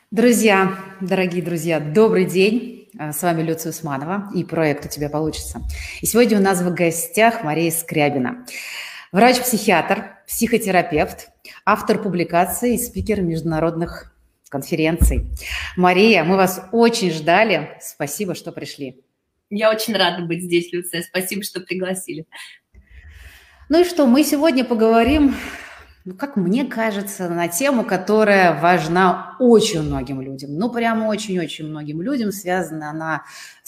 Друзья, дорогие друзья, добрый день. С вами Люция Усманова и проект «У тебя получится». И сегодня у нас в гостях Мария Скрябина. Врач-психиатр, психотерапевт, автор публикаций и спикер международных конференций. Мария, мы вас очень ждали. Спасибо, что пришли. Я очень рада быть здесь, Люция. Спасибо, что пригласили. Ну и что, мы сегодня поговорим, как мне кажется, на тему, которая важна очень многим людям. Ну, прямо очень-очень многим людям. Связана она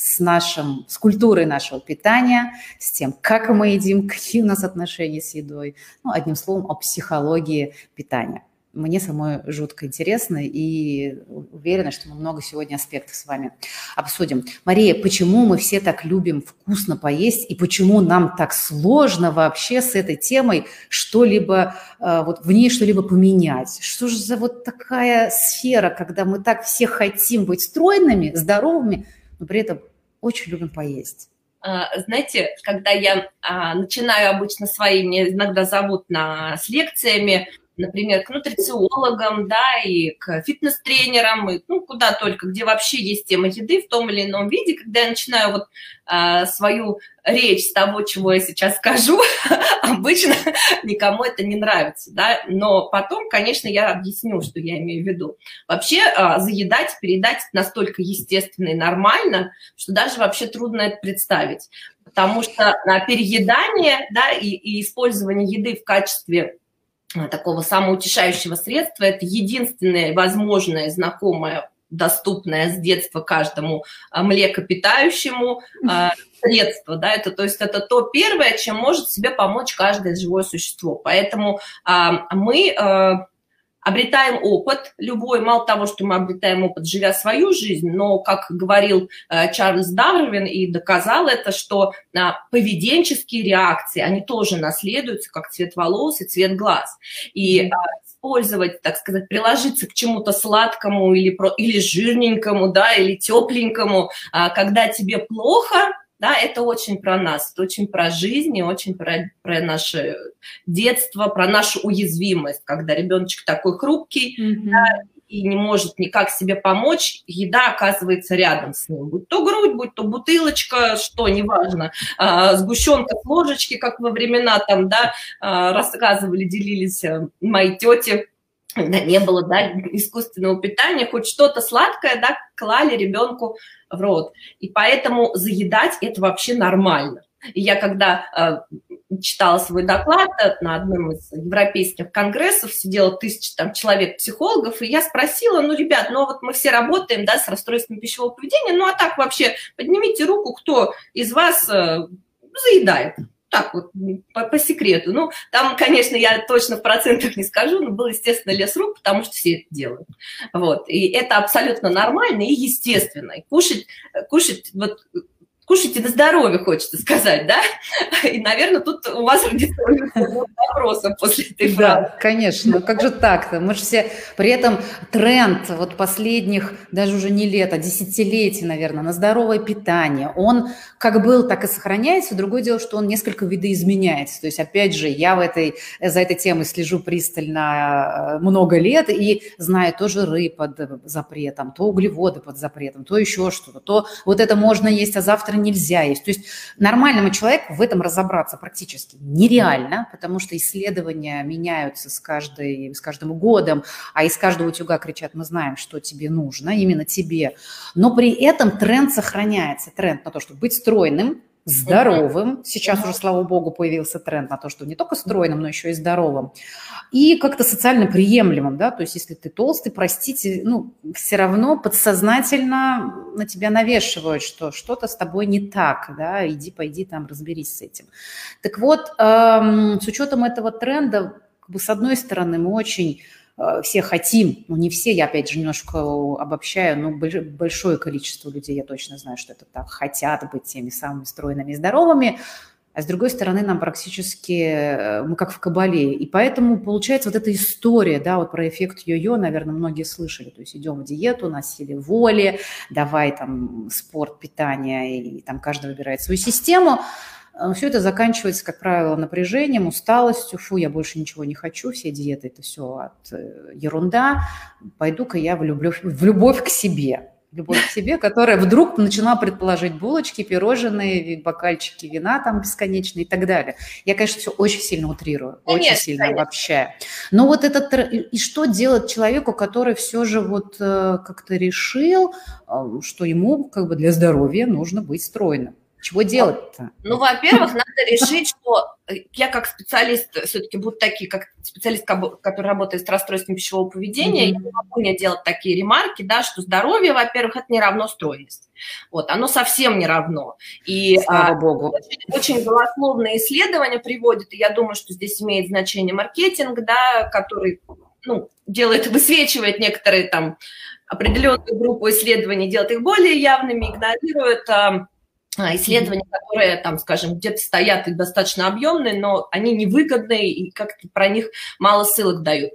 с культурой нашего питания, с тем, как мы едим, какие у нас отношения с едой. Ну, одним словом, о психологии питания. Мне самой жутко интересно и уверена, что мы много сегодня аспектов с вами обсудим. Мария, почему мы все так любим вкусно поесть и почему нам так сложно вообще с этой темой что-либо, вот в ней что-либо поменять? Что же за вот такая сфера, когда мы так все хотим быть стройными, здоровыми, но при этом очень любим поесть? Знаете, когда я начинаю обычно меня иногда зовут с лекциями, например, к нутрициологам, да, и к фитнес-тренерам, и, куда только, где вообще есть тема еды в том или ином виде. Когда я начинаю свою речь с того, чего я сейчас скажу, обычно никому это не нравится, да, но потом, конечно, я объясню, что я имею в виду. Вообще заедать, переедать настолько естественно и нормально, что даже вообще трудно это представить, потому что переедание, да, и использование еды в качестве такого самоутешающего средства – это единственное возможное, знакомое, доступное с детства каждому млекопитающему средство, да, то есть это то первое, чем может себе помочь каждое живое существо. Поэтому мы обретаем опыт любой, мало того, что мы обретаем опыт, живя свою жизнь, но, как говорил Чарльз Дарвин и доказал это, что поведенческие реакции, они тоже наследуются, как цвет волос и цвет глаз. И использовать, так сказать, приложиться к чему-то сладкому или жирненькому, да, или тепленькому, когда тебе плохо, да, это очень про нас, это очень про жизнь и очень про наше детство, про нашу уязвимость, когда ребеночек такой хрупкий, да, и не может никак себе помочь, еда оказывается рядом с ним. Будь то грудь, будь то бутылочка, что, неважно, сгущенка с ложечки, как во времена там, да, рассказывали, делились мои тети, когда не было, да, искусственного питания, хоть что-то сладкое, да, клали ребенку в рот. И поэтому заедать – это вообще нормально. И я когда читала свой доклад на одном из европейских конгрессов, сидело 1000 человек психологов, и я спросила, ребят, вот мы все работаем, да, с расстройством пищевого поведения, а так вообще поднимите руку, кто из вас заедает. Так вот, по секрету. Там, конечно, я точно в процентах не скажу, но был, естественно, лес рук, потому что все это делают. Вот. И это абсолютно нормально и естественно. И кушайте на здоровье, хочется сказать, да? И, наверное, тут у вас родится вопросом после этой фразы. Да, конечно. Как же так-то? Мы же все... При этом тренд вот последних, даже уже не лет, а десятилетий, наверное, на здоровое питание, он как был, так и сохраняется. Другое дело, что он несколько видоизменяется. То есть, опять же, я за этой темой слежу пристально много лет и знаю то жиры под запретом, то углеводы под запретом, то еще что-то, то вот это можно есть, а завтра нельзя есть. То есть нормальному человеку в этом разобраться практически нереально, потому что исследования меняются с каждым годом, а из каждого утюга кричат: мы знаем, что тебе нужно, именно тебе. Но при этом тренд сохраняется, тренд на то, чтобы быть стройным, здоровым. Сейчас уже, слава богу, появился тренд на то, что не только стройным, но еще и здоровым. И как-то социально приемлемым, да, то есть если ты толстый, простите, все равно подсознательно на тебя навешивают, что что-то с тобой не так, да, пойди там разберись с этим. Так вот, с учетом этого тренда, с одной стороны, мы очень все хотим, не все, я опять же немножко обобщаю, но большое количество людей, я точно знаю, что это так, хотят быть теми самыми стройными и здоровыми, а с другой стороны нам практически, мы как в кабале, и поэтому получается вот эта история, да, вот про эффект йо-йо, наверное, многие слышали, то есть идем в диету, на силе воли, давай там спорт, питание, и там каждый выбирает свою систему. все это заканчивается, как правило, напряжением, усталостью. Фу, я больше ничего не хочу, все диеты – это все ерунда. Пойду-ка я в любовь к себе. Любовь к себе, которая вдруг начала предположить булочки, пирожные, бокальчики вина там бесконечные и так далее. Я, конечно, все очень сильно утрирую, очень сильно обобщаю. Но вот этот... И что делать человеку, который все же вот как-то решил, что ему как бы для здоровья нужно быть стройным? Чего делать-то? Ну, во-первых, надо решить, что я как специалист, все-таки буду такие, как специалист, который работает с расстройством пищевого поведения, я не могу не делать такие ремарки, да, что здоровье, во-первых, это не равно стройность. Вот, оно совсем не равно. И слава богу. Очень голословные исследования приводят, и я думаю, что здесь имеет значение маркетинг, да, который, высвечивает некоторые там определенную группу исследований, делает их более явными, игнорирует исследования, которые, там, скажем, где-то стоят и достаточно объемные, но они невыгодные, и как-то про них мало ссылок дают.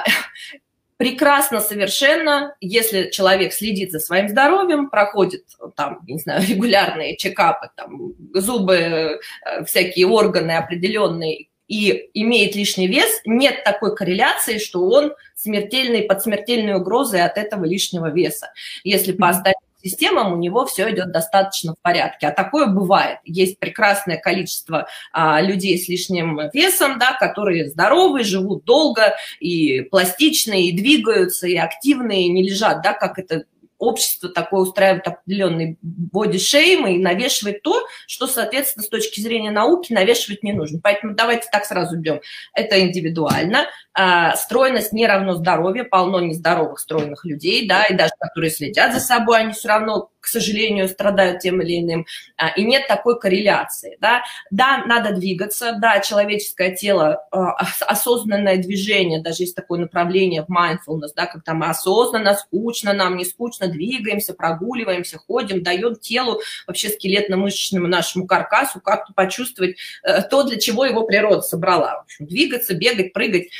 Прекрасно совершенно, если человек следит за своим здоровьем, проходит там, не знаю, регулярные чекапы, там, зубы, всякие органы определенные, и имеет лишний вес, нет такой корреляции, что он под смертельной угрозой от этого лишнего веса. Если по остальным системам у него все идет достаточно в порядке. А такое бывает. Есть прекрасное количество людей с лишним весом, да, которые здоровые, живут долго, и пластичные, и двигаются, и активные, и не лежат, да, как это общество такое устраивает определенный боди-шейм и навешивает то, что, соответственно, с точки зрения науки навешивать не нужно. Поэтому давайте так сразу бьем. Это индивидуально. Стройность не равно здоровью, полно нездоровых стройных людей, да, и даже которые следят за собой, они все равно, к сожалению, страдают тем или иным, и нет такой корреляции, да. Да, надо двигаться, да, человеческое тело, осознанное движение, даже есть такое направление в mindfulness, да, когда мы осознанно, скучно нам, не скучно, двигаемся, прогуливаемся, ходим, даем телу, вообще скелетно-мышечному нашему каркасу как-то почувствовать то, для чего его природа собрала. В общем, двигаться, бегать, прыгать.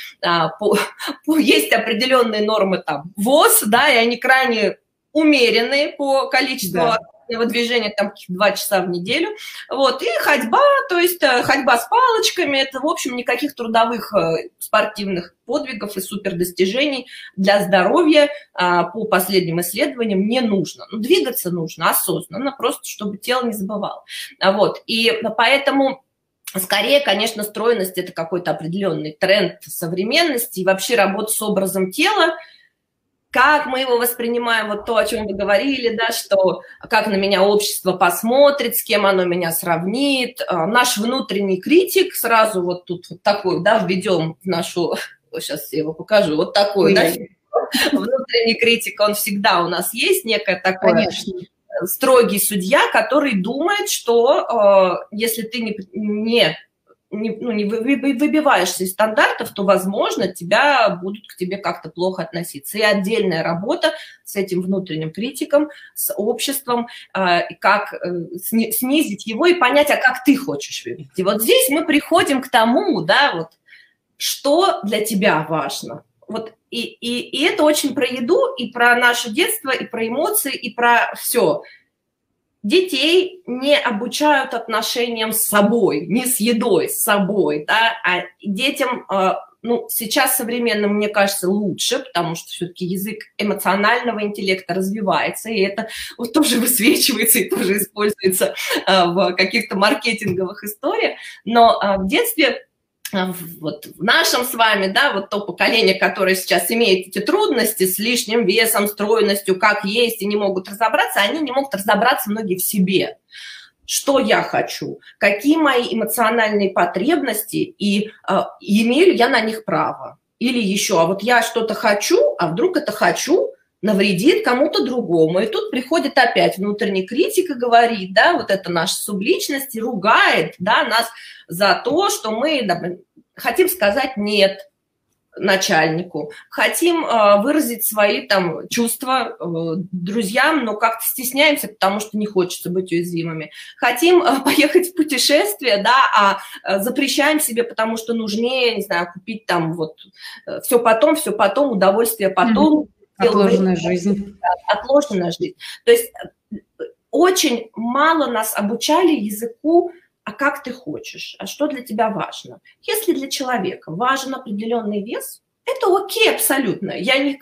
Есть определенные нормы там ВОЗ, да, и они крайне умеренные по количеству движения, там 2 часа в неделю. Вот, и ходьба, то есть ходьба с палочками, это, в общем, никаких трудовых спортивных подвигов и супердостижений для здоровья по последним исследованиям не нужно. Ну, двигаться нужно осознанно, просто чтобы тело не забывало. Вот, и поэтому... Скорее, конечно, стройность – это какой-то определенный тренд современности и вообще работа с образом тела. Как мы его воспринимаем, вот то, о чем вы говорили, да, что как на меня общество посмотрит, с кем оно меня сравнит. Наш внутренний критик, сразу вот тут вот такой, да, введем в нашу, сейчас я его покажу, вот такой, да, внутренний критик, он всегда у нас есть, некое такое... Конечно. Строгий судья, который думает, что если ты не выбиваешься из стандартов, то, возможно, будут к тебе как-то плохо относиться. И отдельная работа с этим внутренним критиком, с обществом, как снизить его и понять, а как ты хочешь видеть. И вот здесь мы приходим к тому, да, вот, что для тебя важно. Вот, и это очень про еду, и про наше детство, и про эмоции, и про все. Детей не обучают отношениям с собой, не с едой, с собой, да, а детям, сейчас современным, мне кажется, лучше, потому что все-таки язык эмоционального интеллекта развивается, и это вот тоже высвечивается и тоже используется в каких-то маркетинговых историях, но в детстве... Вот в нашем с вами, да, вот то поколение, которое сейчас имеет эти трудности с лишним весом, стройностью, как есть, и не могут разобраться, они не могут разобраться многие в себе. Что я хочу, какие мои эмоциональные потребности, и имею ли я на них право. Или еще, а вот я что-то хочу, а вдруг это хочу навредит кому-то другому. И тут приходит опять внутренний критик и говорит, да, вот это наша субличность, и ругает, да, нас за то, что мы хотим сказать «нет» начальнику, хотим выразить свои там чувства друзьям, но как-то стесняемся, потому что не хочется быть уязвимыми. Хотим поехать в путешествие, да, а запрещаем себе, потому что нужнее, не знаю, купить там вот все потом, удовольствие потом. Отложенная жизнь. Отложенная жизнь. То есть очень мало нас обучали языку а как ты хочешь, а что для тебя важно. Если для человека важен определенный вес, это окей абсолютно.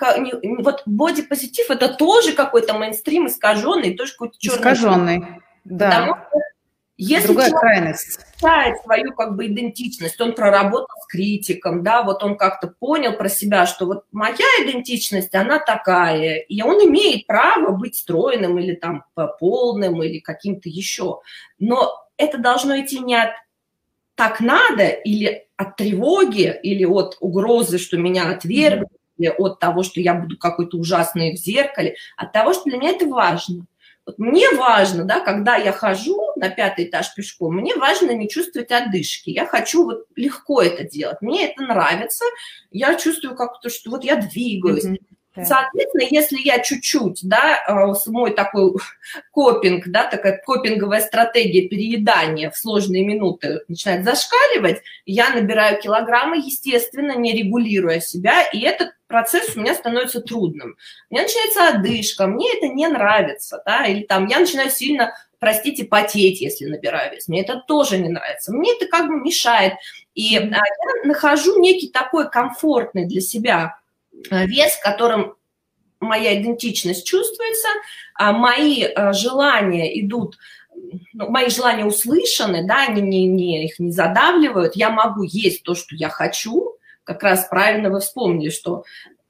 Вот бодипозитив – это тоже какой-то мейнстрим искаженный, тоже какой-то черный. Искаженный, да. Потому что если другая человек крайность знает свою как бы идентичность, он проработал с критиком, да, вот он как-то понял про себя, что вот моя идентичность, она такая, и он имеет право быть стройным или там полным или каким-то еще. Но это должно идти не от «так надо» или от тревоги, или от угрозы, что меня отвергнут, или от того, что я буду какой-то ужасный в зеркале, от того, что для меня это важно. Вот мне важно, да, когда я хожу на 5-й этаж пешком, мне важно не чувствовать одышки. Я хочу вот легко это делать. Мне это нравится. Я чувствую как-то, что вот я двигаюсь. Соответственно, если я чуть-чуть, да, мой такой копинг, да, такая копинговая стратегия переедания в сложные минуты начинает зашкаливать, я набираю килограммы, естественно, не регулируя себя, и этот процесс у меня становится трудным. У меня начинается одышка, мне это не нравится, да, или там я начинаю сильно, простите, потеть, если набираю вес, мне это тоже не нравится, мне это как бы мешает, и я нахожу некий такой комфортный для себя вес, в котором моя идентичность чувствуется, мои желания идут, мои желания услышаны, да, они их не задавливают, я могу есть то, что я хочу, как раз правильно вы вспомнили, что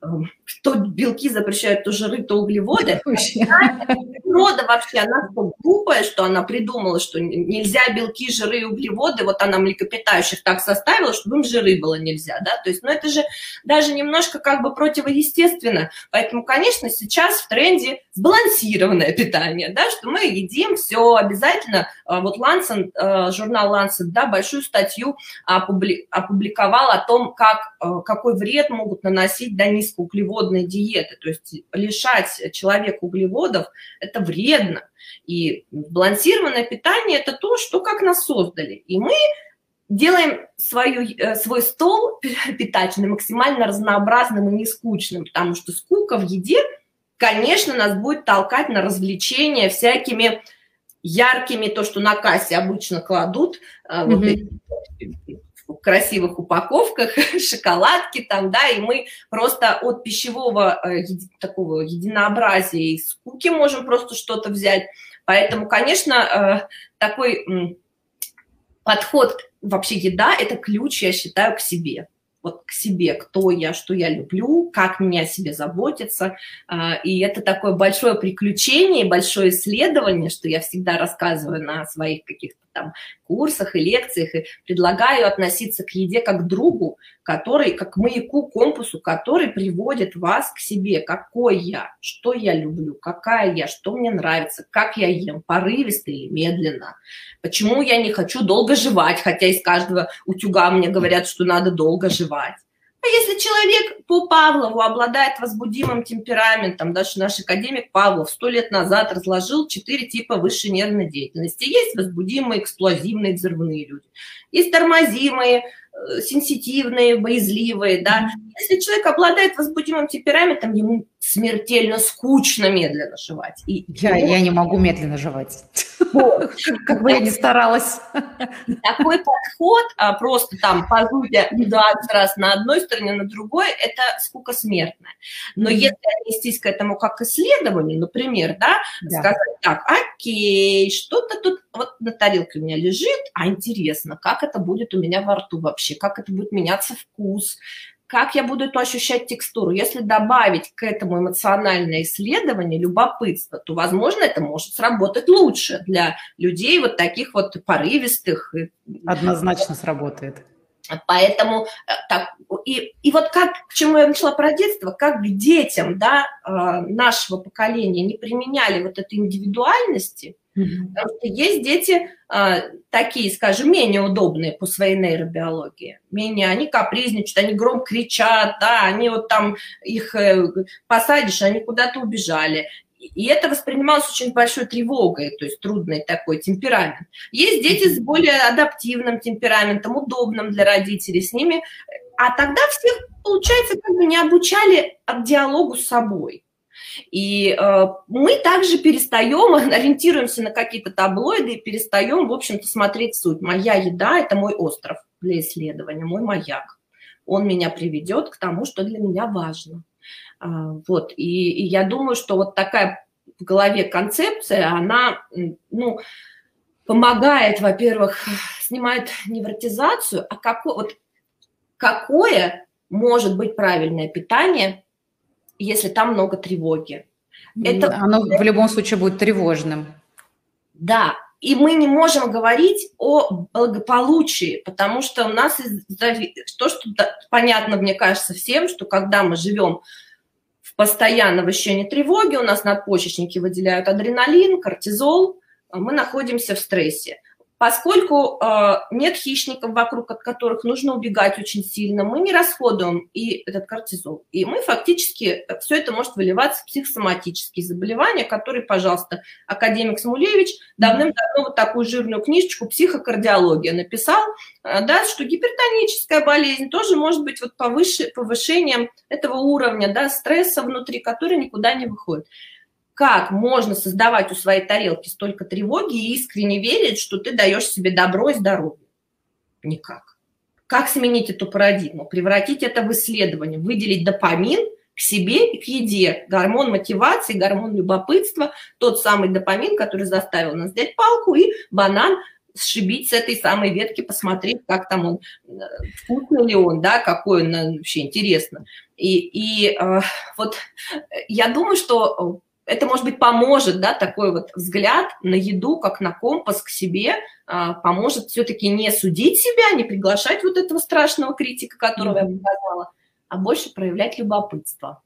то белки запрещают, то жиры, то углеводы. Природа вообще, она глупая, что она придумала, что нельзя белки, жиры и углеводы, вот она млекопитающих так составила, чтобы им жиры было нельзя, да, то есть, ну, это же даже немножко как бы противоестественно, поэтому, конечно, сейчас в тренде сбалансированное питание, да, что мы едим все обязательно, вот Lancet, журнал Lancet, да, большую статью опубликовал о том, какой вред могут наносить, да, низкоуглеводные диеты, то есть лишать человека углеводов – это вредно. И балансированное питание – это то, что как нас создали. И мы делаем свой стол питательный максимально разнообразным и не скучным, потому что скука в еде, конечно, нас будет толкать на развлечения всякими яркими, то, что на кассе обычно кладут, вот эти в красивых упаковках, шоколадки там, да, и мы просто от пищевого такого единообразия и скуки можем просто что-то взять. Поэтому, конечно, такой подход, вообще еда – это ключ, я считаю, к себе. Вот к себе, кто я, что я люблю, как мне о себе заботиться. И это такое большое приключение, большое исследование, что я всегда рассказываю на своих каких-то там курсах и лекциях, и предлагаю относиться к еде как к другу, который, как к маяку, компасу, который приводит вас к себе. Какой я, что я люблю, какая я, что мне нравится, как я ем, порывисто или медленно. Почему я не хочу долго жевать, хотя из каждого утюга мне говорят, что надо долго жевать. А если человек по Павлову обладает возбудимым темпераментом, даже наш академик Павлов 100 лет назад разложил 4 типа высшей нервной деятельности. Есть возбудимые, эксплозивные, взрывные люди. Есть тормозимые, сенситивные, боязливые, да. Если человек обладает возбудимым темпераментом, ему смертельно скучно медленно жевать. Я не могу медленно жевать. Как бы я ни старалась. Такой подход, просто там позуя 20 раз на одной стороне, на другой, это скука смертная. Но если отнестись к этому как к исследованию, например, да, сказать так, окей, что-то тут вот на тарелке у меня лежит, а интересно, как это будет у меня во рту вообще, как это будет меняться вкус, как я буду эту ощущать текстуру. Если добавить к этому эмоциональное исследование, любопытство, то, возможно, это может сработать лучше для людей вот таких вот порывистых. Однозначно сработает. Поэтому, так, и вот как, к чему я начала про детство, как к детям, да, нашего поколения не применяли вот этой индивидуальности, потому что есть дети такие, скажем, менее удобные по своей нейробиологии, они капризничают, они громко кричат, да, они вот там их посадишь, они куда-то убежали. И это воспринималось очень большой тревогой, то есть трудный такой темперамент. Есть дети с более адаптивным темпераментом, удобным для родителей, с ними, а тогда всех, получается, как бы не обучали диалогу с собой. И мы также перестаем, ориентируемся на какие-то таблоиды и перестаем, в общем-то, смотреть суть. Моя еда – это мой остров для исследования, мой маяк. Он меня приведет к тому, что для меня важно. Вот. И я думаю, что вот такая в голове концепция, она, ну, помогает, во-первых, снимает невротизацию, а какое может быть правильное питание, если там много тревоги. Оно в любом случае будет тревожным. Да, и мы не можем говорить о благополучии, потому что у нас то, что понятно, мне кажется, всем, что когда мы живем в постоянном ощущении тревоги, у нас надпочечники выделяют адреналин, кортизол, мы находимся в стрессе. Поскольку нет хищников вокруг, от которых нужно убегать очень сильно, мы не расходуем и этот кортизол. И мы фактически, все это может выливаться в психосоматические заболевания, которые, пожалуйста, академик Смулевич давным-давно вот такую жирную книжечку «Психокардиология» написал, да, что гипертоническая болезнь тоже может быть вот повышением этого уровня, да, стресса внутри, который никуда не выходит. Как можно создавать у своей тарелки столько тревоги и искренне верить, что ты даешь себе добро и здоровье? Никак. Как сменить эту парадигму? Превратить это в исследование, выделить допамин к себе и к еде. Гормон мотивации, гормон любопытства, тот самый допамин, который заставил нас взять палку и банан сшибить с этой самой ветки, посмотреть, как там он, вкусный ли он, да, какой он вообще интересно. И вот я думаю, что это, может быть, поможет, да, такой вот взгляд на еду, как на компас к себе, поможет все-таки не судить себя, не приглашать вот этого страшного критика, которого я показала, а больше проявлять любопытство.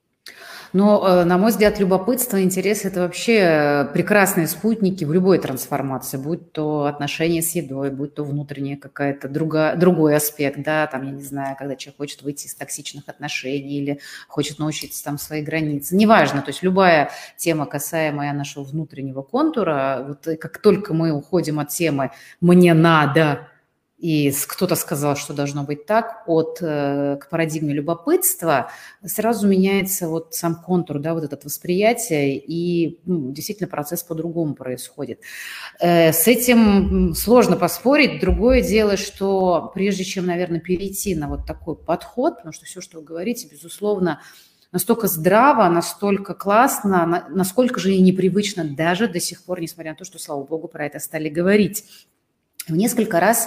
Но, на мой взгляд, любопытство, интерес – это вообще прекрасные спутники в любой трансформации, будь то отношения с едой, будь то внутренняя какая-то другой аспект, да, там, я не знаю, когда человек хочет выйти из токсичных отношений или хочет научиться там свои границы, неважно, то есть любая тема, касаемая нашего внутреннего контура, вот как только мы уходим от темы «мне надо», и кто-то сказал, что должно быть так, к парадигме любопытства сразу меняется вот сам контур, да, вот это восприятие, и действительно процесс по-другому происходит. С этим сложно поспорить. Другое дело, что прежде чем, наверное, перейти на вот такой подход, потому что все, что вы говорите, безусловно, настолько здраво, настолько классно, насколько же и непривычно даже до сих пор, несмотря на то, что, слава богу, про это стали говорить. Вы несколько раз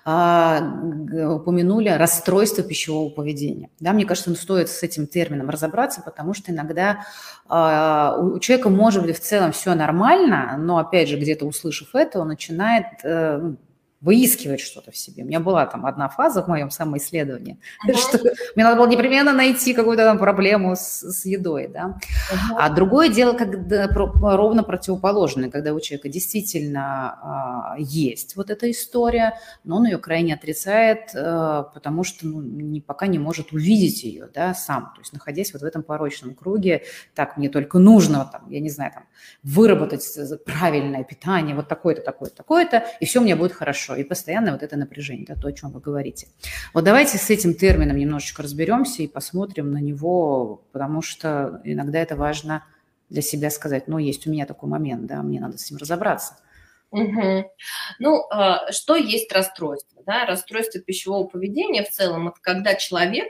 упомянули расстройство пищевого поведения. Да, мне кажется, стоит с этим термином разобраться, потому что иногда у человека может быть в целом все нормально, но, опять же, где-то услышав это, он начинает выискивать что-то в себе. У меня была там одна фаза в моем самоисследовании, что мне надо было непременно найти какую-то там проблему с едой, да. А другое дело, когда ровно противоположное, когда у человека действительно есть вот эта история, но он ее крайне отрицает, потому что пока не может увидеть ее, да, сам. То есть находясь вот в этом порочном круге, так, мне только нужно, там, я не знаю, там, выработать правильное питание, вот такое-то, такое-то, такое-то, и все у меня будет хорошо. И постоянно вот это напряжение, да, то, о чем вы говорите. Вот давайте с этим термином немножечко разберемся и посмотрим на него, потому что иногда это важно для себя сказать, есть у меня такой момент, да, мне надо с ним разобраться. Ну, что есть расстройство? Да? Расстройство пищевого поведения в целом – это когда человек,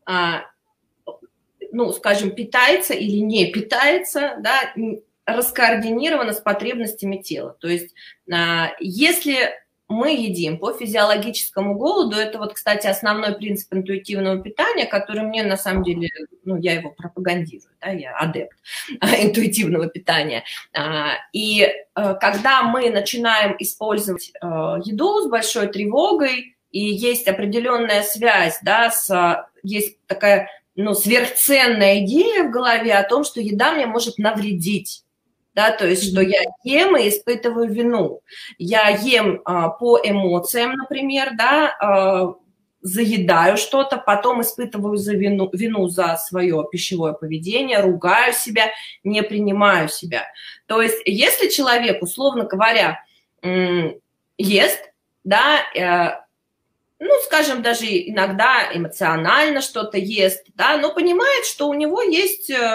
скажем, питается или не питается, да, раскоординировано с потребностями тела. То есть если мы едим по физиологическому голоду, это вот, кстати, основной принцип интуитивного питания, который мне, на самом деле, я его пропагандирую, да, я адепт интуитивного питания. И когда мы начинаем использовать еду с большой тревогой, и есть определенная связь, да, есть такая, сверхценная идея в голове о том, что еда мне может навредить. Да, то есть, что я ем и испытываю вину. Я ем по эмоциям, например, да, заедаю что-то, потом испытываю вину за свое пищевое поведение, ругаю себя, не принимаю себя. То есть, если человек, условно говоря, ест, да, скажем, даже иногда эмоционально что-то ест, да, но понимает, что у него есть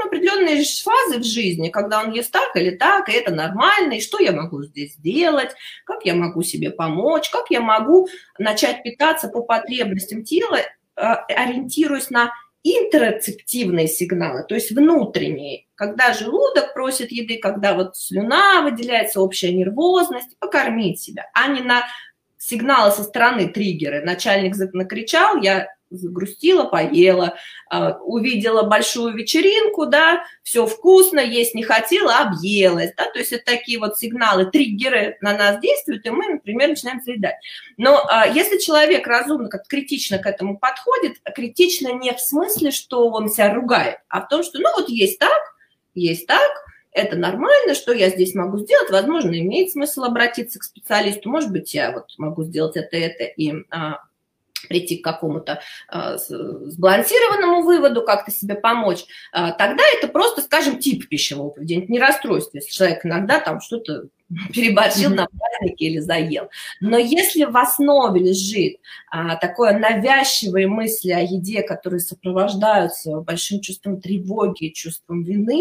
определенные фазы в жизни, когда он ест так или так, и это нормально, и что я могу здесь сделать, как я могу себе помочь, как я могу начать питаться по потребностям тела, ориентируясь на интероцептивные сигналы, то есть внутренние, когда желудок просит еды, когда вот слюна выделяется, общая нервозность, покормить себя, а не на сигналы со стороны, триггеры. Начальник накричал, я загрустила, поела, увидела большую вечеринку, да, все вкусно, есть не хотела, объелась, да, то есть это такие вот сигналы, триггеры на нас действуют, и мы, например, начинаем заедать. Но если человек разумно, как критично к этому подходит, критично не в смысле, что он себя ругает, а в том, что, ну, вот есть так, это нормально, что я здесь могу сделать, возможно, имеет смысл обратиться к специалисту, может быть, я вот могу сделать это, и прийти к какому-то сбалансированному выводу, как-то себе помочь, тогда это просто, скажем, тип пищевого поведения, не расстройство, если человек иногда там что-то переборщил на празднике или заел. Но если в основе лежит такое навязчивые мысли о еде, которые сопровождаются большим чувством тревоги, чувством вины,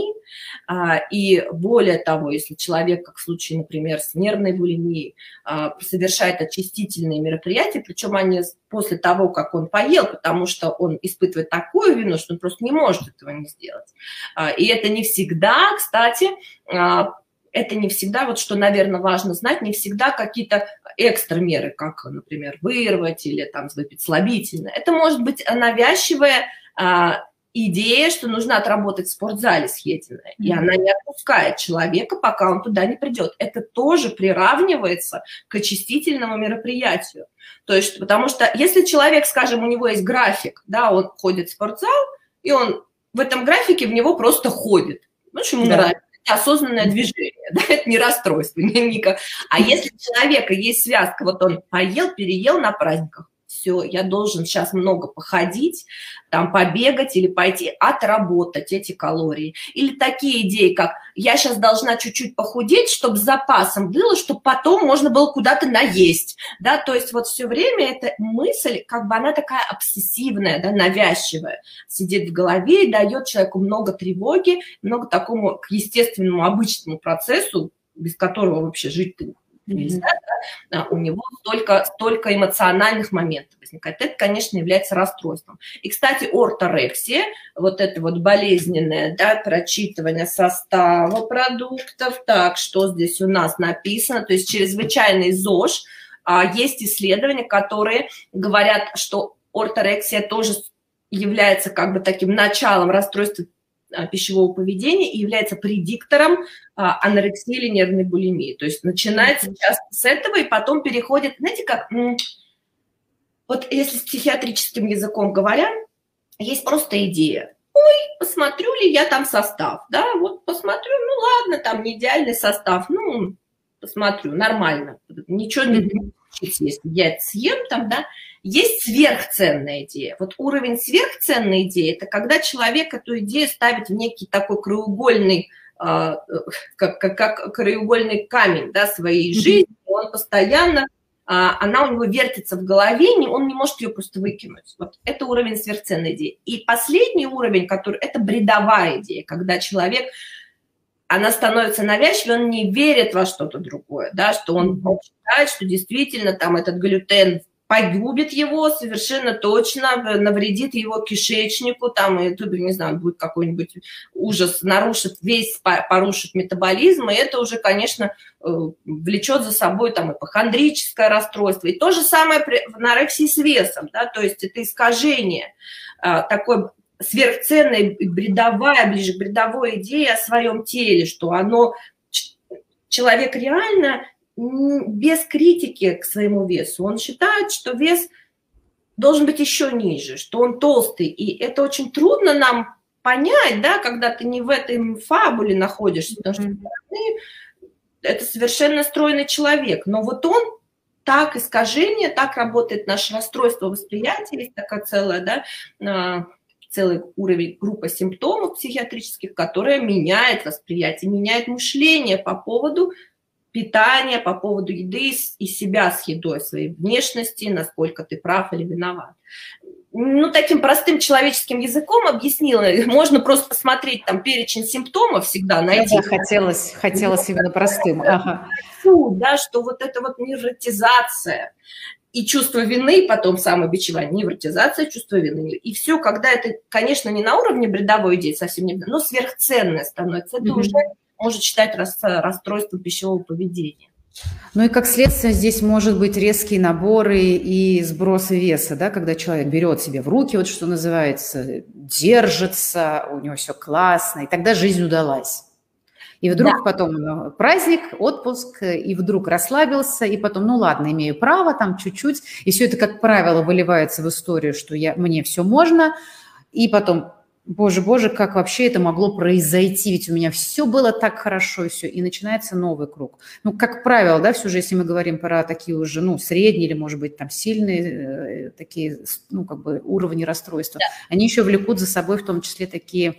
и более того, если человек, как в случае, например, с нервной булимией, совершает очистительные мероприятия, причем они после того, как он поел, потому что он испытывает такую вину, что он просто не может этого не сделать. И это не всегда, кстати, это не всегда, вот что, наверное, важно знать, не всегда какие-то экстра меры, как, например, вырвать или там выпить слабительное. Это может быть навязчивая идея, что нужно отработать в спортзале съеденное, и она не отпускает человека, пока он туда не придет. Это тоже приравнивается к очистительному мероприятию. То есть, потому что если человек, скажем, у него есть график, да, он ходит в спортзал, и он в этом графике в него просто ходит, ну, что ему нравится. Осознанное движение, да, это не расстройство. А если у человека есть связка, вот он поел, переел на праздниках, все, я должен сейчас много походить, там побегать или пойти отработать эти калории. Или такие идеи, как я сейчас должна чуть-чуть похудеть, чтобы с запасом было, чтобы потом можно было куда-то наесть. Да? То есть вот все время эта мысль, как бы она такая обсессивная, да, навязчивая, сидит в голове и дает человеку много тревоги, много такому естественному, обычному процессу, без которого вообще жить нельзя, да, у него столько эмоциональных моментов возникает. Это, конечно, является расстройством. И, кстати, орторексия, вот это вот болезненное, да, прочитывание состава продуктов, так, что здесь у нас написано, то есть чрезвычайный ЗОЖ, есть исследования, которые говорят, что орторексия тоже является как бы таким началом расстройства пищевого поведения и является предиктором анорексии или нервной булимии. То есть начинается часто с этого и потом переходит, знаете, как, вот если с психиатрическим языком говоря, есть просто идея. Ой, посмотрю ли я там состав, да, вот посмотрю, ну ладно, там не идеальный состав, ну, посмотрю, нормально, ничего не случится, если я это съем там, да. Есть сверхценная идея. Вот уровень сверхценной идеи – это когда человек эту идею ставит в некий такой краеугольный, как краеугольный камень, да, своей жизни. Он постоянно, она у него вертится в голове, он не может ее просто выкинуть. Вот это уровень сверхценной идеи. И последний уровень, который – это бредовая идея, когда человек, она становится навязчивой, он не верит во что-то другое, да, что он считает, что действительно там этот глютен погубит его совершенно точно, навредит его кишечнику, там, и тут, не знаю, будет какой-нибудь ужас, порушит метаболизм, и это уже, конечно, влечет за собой там ипохондрическое расстройство. И то же самое в анорексии с весом, да, то есть это искажение, такое сверхценная, бредовая, ближе к бредовой идее о своем теле, что человек реально без критики к своему весу. Он считает, что вес должен быть еще ниже, что он толстый. И это очень трудно нам понять, да, когда ты не в этой фабуле находишься, потому что это совершенно стройный человек. Но вот он так искажение, так работает наше расстройство восприятия, есть такая целая, да, целый уровень, группа симптомов психиатрических, которая меняет восприятие, меняет мышление по поводу питания, по поводу еды и себя с едой, своей внешности, насколько ты прав или виноват. ну, таким простым человеческим языком объяснила. Можно просто посмотреть там перечень симптомов всегда, найти. Да, хотелось именно простым. Ага. Да, что вот это вот невротизация и чувство вины, потом самобичевание, невротизация, чувство вины. И все, когда это, конечно, не на уровне бредовой идеи, совсем не, но сверхценное становится, это уже может считать расстройством пищевого поведения. Ну и как следствие здесь может быть резкие наборы и сбросы веса, да, когда человек берет себе в руки, вот что называется, держится, у него все классно, и тогда жизнь удалась. И вдруг потом праздник, отпуск, и вдруг расслабился, и потом, ну ладно, имею право там чуть-чуть, и все это, как правило, выливается в историю, что мне все можно, и потом... Боже, как вообще это могло произойти? Ведь у меня все было так хорошо, и все. И начинается новый круг. Ну, как правило, да, все же, если мы говорим про такие уже, ну, средние или, может быть, там сильные такие, ну, как бы уровни расстройства, они еще влекут за собой в том числе такие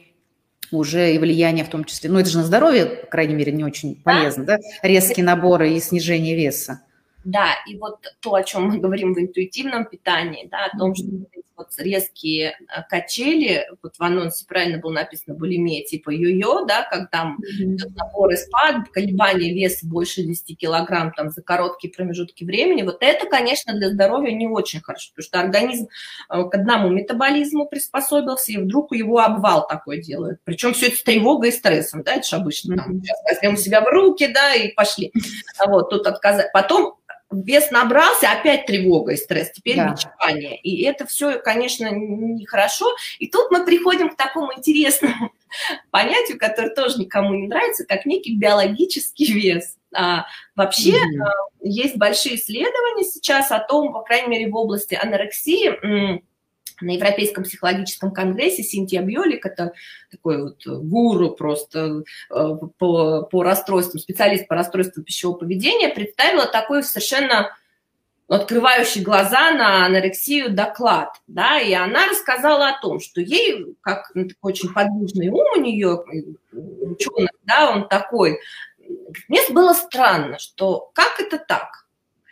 уже и влияния в том числе. Ну, это же на здоровье, по крайней мере, не очень полезно, да? Резкие наборы и снижение веса. Да, и вот то, о чем мы говорим в интуитивном питании, да, о том, что вот резкие качели, вот в анонсе правильно было написано булимия типа йо-йо, да, когда там идет набор и спад, колебания веса больше 10 килограмм там за короткие промежутки времени, вот это, конечно, для здоровья не очень хорошо, потому что организм к одному метаболизму приспособился, и вдруг его обвал такой делают. Причем все это с тревогой и стрессом, да, это же обычно там, сейчас возьмем себя в руки, да, и пошли. Вот, тут отказать. Потом вес набрался, опять тревога и стресс, теперь бичевание. И это все, конечно, нехорошо. И тут мы приходим к такому интересному понятию, которое тоже никому не нравится, как некий биологический вес. Вообще есть большие исследования сейчас о том, по крайней мере, в области анорексии. На Европейском психологическом конгрессе Синтия Бьолик, это такой вот гуру просто по расстройствам, специалист по расстройствам пищевого поведения, представила такой совершенно открывающий глаза на анорексию доклад, да, и она рассказала о том, что ей, как такой очень подвижный ум у нее, ученый, да, он такой, мне было странно, что как это так?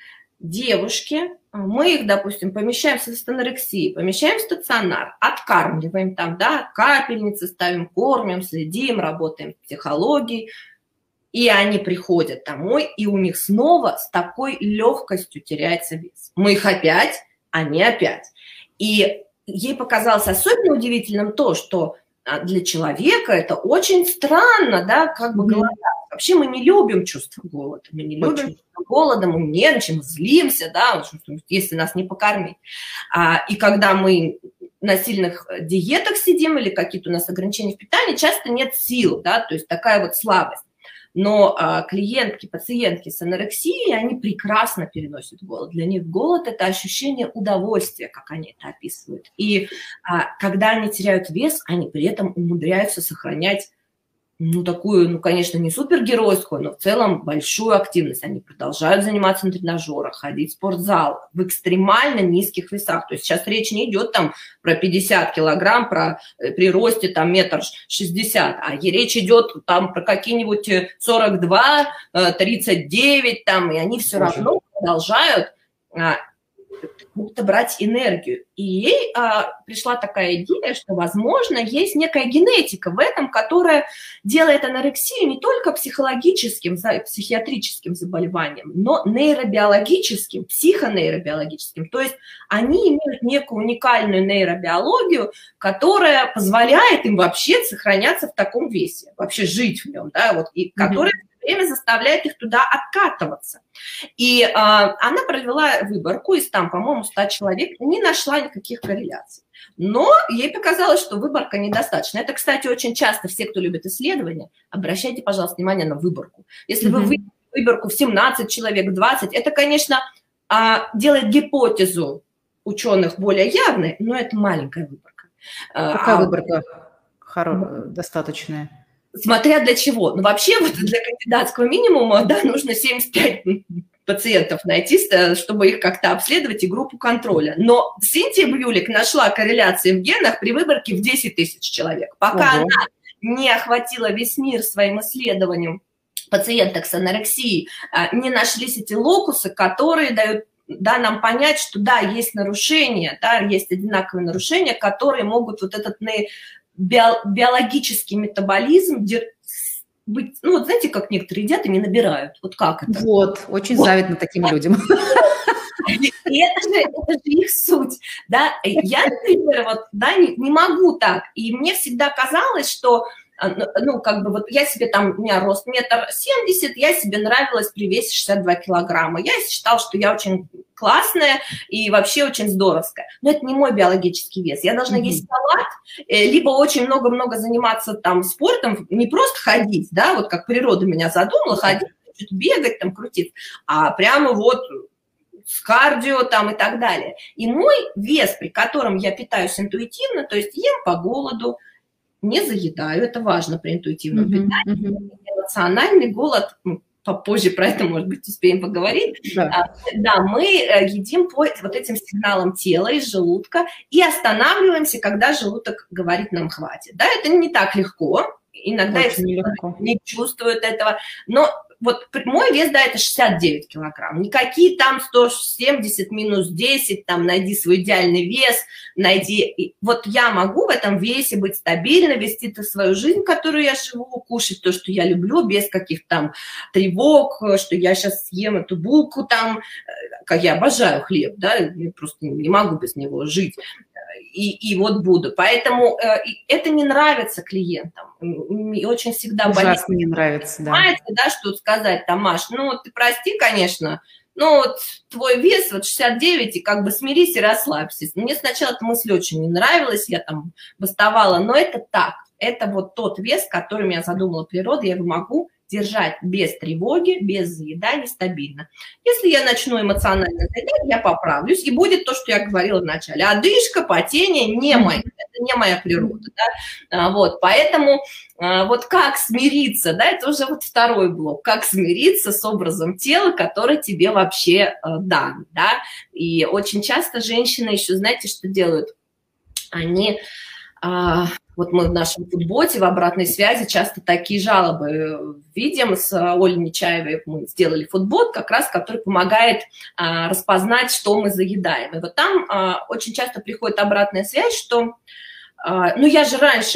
Девушки, мы их, допустим, помещаем с анорексией, помещаем в стационар, откармливаем там, да, капельницы ставим, кормим, следим, работаем в психологии, и они приходят домой, и у них снова с такой легкостью теряется вес. Мы их опять, они опять. И ей показалось особенно удивительным то, что для человека это очень странно, да, как бы голодать. Вообще мы не любим чувство голода, мы не любим чувство голода, мы нервничаем, злимся, да, если нас не покормить. И когда мы на сильных диетах сидим или какие-то у нас ограничения в питании, часто нет сил, да, то есть такая вот слабость. Но клиентки, пациентки с анорексией, они прекрасно переносят голод. Для них голод – это ощущение удовольствия, как они это описывают. И когда они теряют вес, они при этом умудряются сохранять, ну, такую, ну, конечно, не супергеройскую, но в целом большую активность. Они продолжают заниматься на тренажерах, ходить в спортзал в экстремально низких весах. То есть сейчас речь не идет там про 50 килограмм, при росте там 1,60 м, а речь идет там про какие-нибудь 42, 39 там, и они все равно продолжают будто брать энергию. И ей пришла такая идея, что, возможно, есть некая генетика в этом, которая делает анорексию не только психологическим, психиатрическим заболеванием, но нейробиологическим, психонейробиологическим. То есть они имеют некую уникальную нейробиологию, которая позволяет им вообще сохраняться в таком весе, вообще жить в нем, да, вот, и которая время заставляет их туда откатываться. И она провела выборку из там, по-моему, 100 человек, не нашла никаких корреляций. Но ей показалось, что выборка недостаточна. Это, кстати, очень часто все, кто любит исследования, обращайте, пожалуйста, внимание на выборку. Если вы выберете выборку в 17 человек, 20, это, конечно, делает гипотезу ученых более явной, но это маленькая выборка. Какая выборка достаточная? Смотря для чего. Ну, вообще, вот для кандидатского минимума, да, нужно 75 пациентов найти, чтобы их как-то обследовать, и группу контроля. Но Синтия Бьюлик нашла корреляции в генах при выборке в 10 тысяч человек. Пока она не охватила весь мир своим исследованием пациенток с анорексией, не нашлись эти локусы, которые дают да, нам понять, что да, есть нарушения, да, есть одинаковые нарушения, которые могут вот этот биологический метаболизм быть, ну, вот знаете, как некоторые едят и не набирают. Вот как это? Вот, очень завидно таким людям. И это же их суть, да. Я, например, вот, да, не могу так. И мне всегда казалось, что, ну, как бы вот я себе там, у меня рост 1,70 м, я себе нравилась при весе 62 килограмма. Я считала, что я очень классная и вообще очень здоровская. Но это не мой биологический вес. Я должна есть салат, либо очень много-много заниматься там спортом, не просто ходить, да, вот как природа меня задумала, ходить, бегать, там, крутить, а прямо вот с кардио там и так далее. И мой вес, при котором я питаюсь интуитивно, то есть ем по голоду, не заедаю, это важно при интуитивном питании, эмоциональный голод, попозже про это, может быть, успеем поговорить. Да, мы едим по вот этим сигналам тела из желудка и останавливаемся, когда желудок говорит нам хватит. Да, это не так легко, иногда не чувствуют этого, но вот мой вес, да, это 69 килограмм. Никакие там 170 минус 10, там, найди свой идеальный вес, найди... Вот я могу в этом весе быть стабильно, вести свою жизнь, которую я живу, кушать то, что я люблю, без каких-то там тревог, что я сейчас съем эту булку там, как я обожаю хлеб, да, я просто не могу без него жить. И вот буду. Поэтому это не нравится клиентам. И очень всегда ужасно не нравится, да, что сказать, там, Маш, ну, ты прости, конечно, но вот твой вес вот 69, и как бы смирись и расслабься. Мне сначала эта мысль очень не нравилась, я там бастовала, но это так. Это вот тот вес, который меня задумала природа, я его могу держать без тревоги, без заедания, стабильно. Если я начну эмоционально заедать, я поправлюсь, и будет то, что я говорила вначале. Одышка, потение не моя, это не моя природа. Да? Вот, поэтому вот как смириться, да, это уже вот второй блок, как смириться с образом тела, который тебе вообще дан, да, и очень часто женщины еще, знаете, что делают? Они... Вот мы в нашем футботе в обратной связи часто такие жалобы видим. С Олей Нечаевой мы сделали футбот, как раз который помогает распознать, что мы заедаем. И вот там очень часто приходит обратная связь, что ну я же раньше,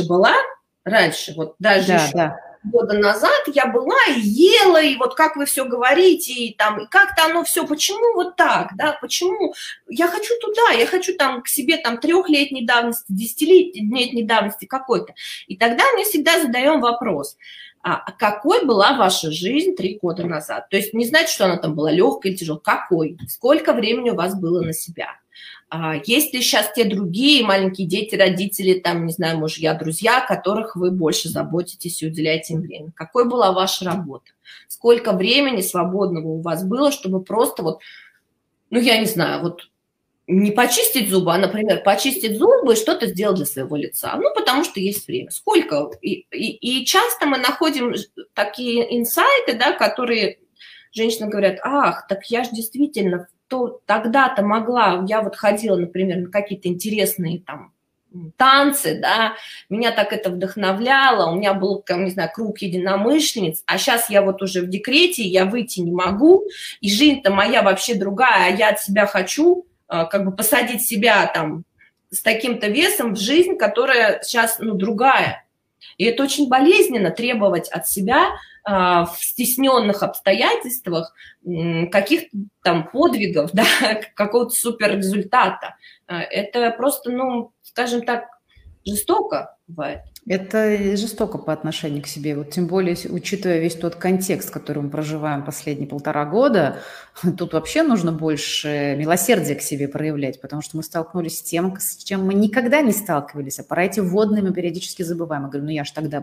вот даже еще года назад я была и ела, и вот как вы все говорите, и там, и как-то оно все, почему вот так, да, почему, я хочу туда, я хочу там к себе там 3-летней давности, 10-летней давности какой-то, и тогда мы всегда задаем вопрос, а какой была ваша жизнь 3 года назад, то есть не значит, что она там была легкой или тяжелой, какой, сколько времени у вас было на себя. Есть ли сейчас те другие маленькие дети, родители, там, не знаю, мужья, друзья, которых вы больше заботитесь и уделяете им время? Какой была ваша работа? Сколько времени свободного у вас было, чтобы просто вот, ну, я не знаю, вот не почистить зубы, а, например, почистить зубы и что-то сделать для своего лица? Ну, потому что есть время. Сколько? И часто мы находим такие инсайты, да, которые женщины говорят, ах, так я же действительно... то тогда-то могла, я вот ходила, например, на какие-то интересные там танцы, да, меня так это вдохновляло, у меня был, не знаю, круг единомышленниц, а сейчас я вот уже в декрете, я выйти не могу, и жизнь-то моя вообще другая, а я от себя хочу как бы посадить себя там с таким-то весом в жизнь, которая сейчас, ну, другая. И это очень болезненно требовать от себя в стесненных обстоятельствах каких-то там подвигов, да, какого-то суперрезультата. Это просто, ну, скажем так, жестоко бывает. Это жестоко по отношению к себе. Вот тем более, учитывая весь тот контекст, который мы проживаем последние 1,5 года, тут вообще нужно больше милосердия к себе проявлять, потому что мы столкнулись с тем, с чем мы никогда не сталкивались. А про эти водные мы периодически забываем. Я говорю, ну я же тогда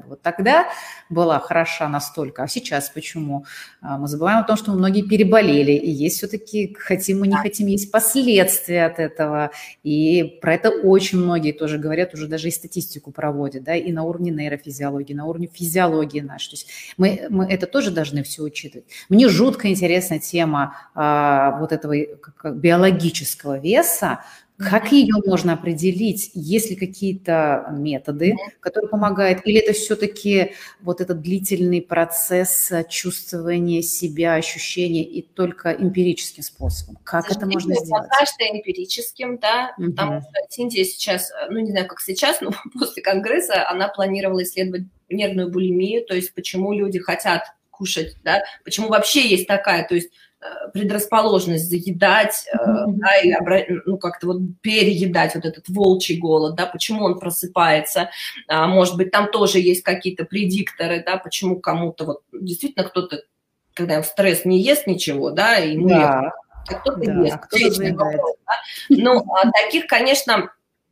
была хороша настолько, а сейчас почему? Мы забываем о том, что многие переболели, и есть все-таки, хотим мы не хотим, есть последствия от этого. И про это очень многие тоже говорят, уже даже и статистику проводят, да, и на уровне нейрофизиологии, на уровне физиологии нашей. То есть мы это тоже должны все учитывать. Мне жутко интересна тема вот этого биологического веса, Как ее можно определить? Есть ли какие-то методы, которые помогают? Или это все-таки вот этот длительный процесс чувствования себя, ощущения и только эмпирическим способом? Как это можно сделать? Пока что эмпирическим, да, потому что Синтия сейчас, ну не знаю, как сейчас, но после Конгресса она планировала исследовать нервную булимию, то есть почему люди хотят кушать, да, почему вообще есть такая, то есть предрасположенность заедать, да, и ну, как-то вот переедать вот этот волчий голод, да, почему он просыпается, может быть, там тоже есть какие-то предикторы, да, почему кому-то вот действительно кто-то, когда в стресс не ест ничего, да, и ему да, а кто-то да, ест. Вопрос, да? Ну, таких, конечно,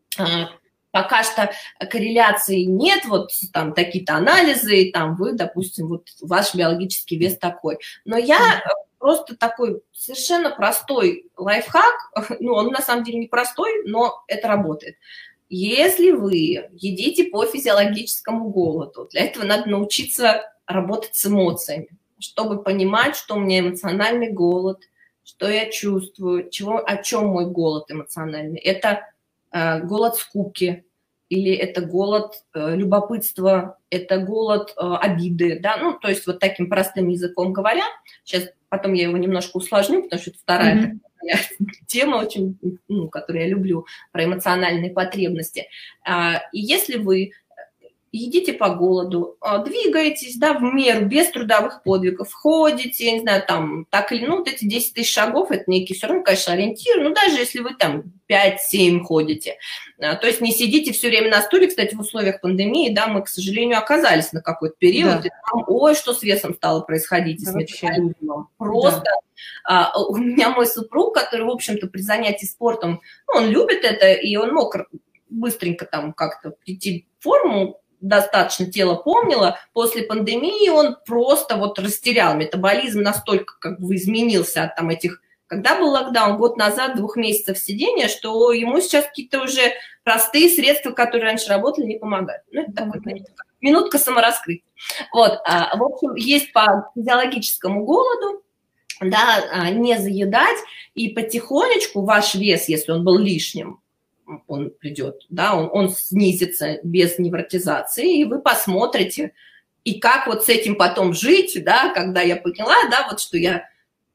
пока что корреляции нет, вот там такие-то анализы, там вы, допустим, вот ваш биологический вес такой. Но я просто такой совершенно простой лайфхак, ну, он на самом деле не простой, но это работает. Если вы едите по физиологическому голоду, для этого надо научиться работать с эмоциями, чтобы понимать, что у меня эмоциональный голод, что я чувствую, о чем мой голод эмоциональный. Это голод скуки, или это голод любопытства, это голод обиды, да, ну, то есть вот таким простым языком говоря, сейчас потом я его немножко усложню, потому что это вторая тема, очень, ну, которую я люблю, про эмоциональные потребности. И если вы едите по голоду, двигаетесь, да, в меру, без трудовых подвигов, ходите, я не знаю, там, так или, ну, вот эти 10 тысяч шагов, это некий все равно, конечно, ориентир, ну, даже если вы там 5-7 ходите, то есть не сидите все время на стуле, кстати, в условиях пандемии, да, мы, к сожалению, оказались на какой-то период, да. И там, ой, что с весом стало происходить, да, с метаболизмом, просто... Да. У меня мой супруг, который, в общем-то, при занятии спортом, ну, он любит это, и он мог быстренько там как-то прийти в форму, достаточно тело помнило, после пандемии он просто вот растерял метаболизм, настолько как бы изменился от там этих, когда был локдаун, год назад, 2 месяцев сидения, что ему сейчас какие-то уже простые средства, которые раньше работали, не помогают. Ну, это такой, минутка самораскрытия. Вот, в общем, есть по физиологическому голоду, да, не заедать, и потихонечку ваш вес, если он был лишним, он придет, да, он снизится без невротизации, и вы посмотрите, и как вот с этим потом жить, да, когда я поняла, да, вот что я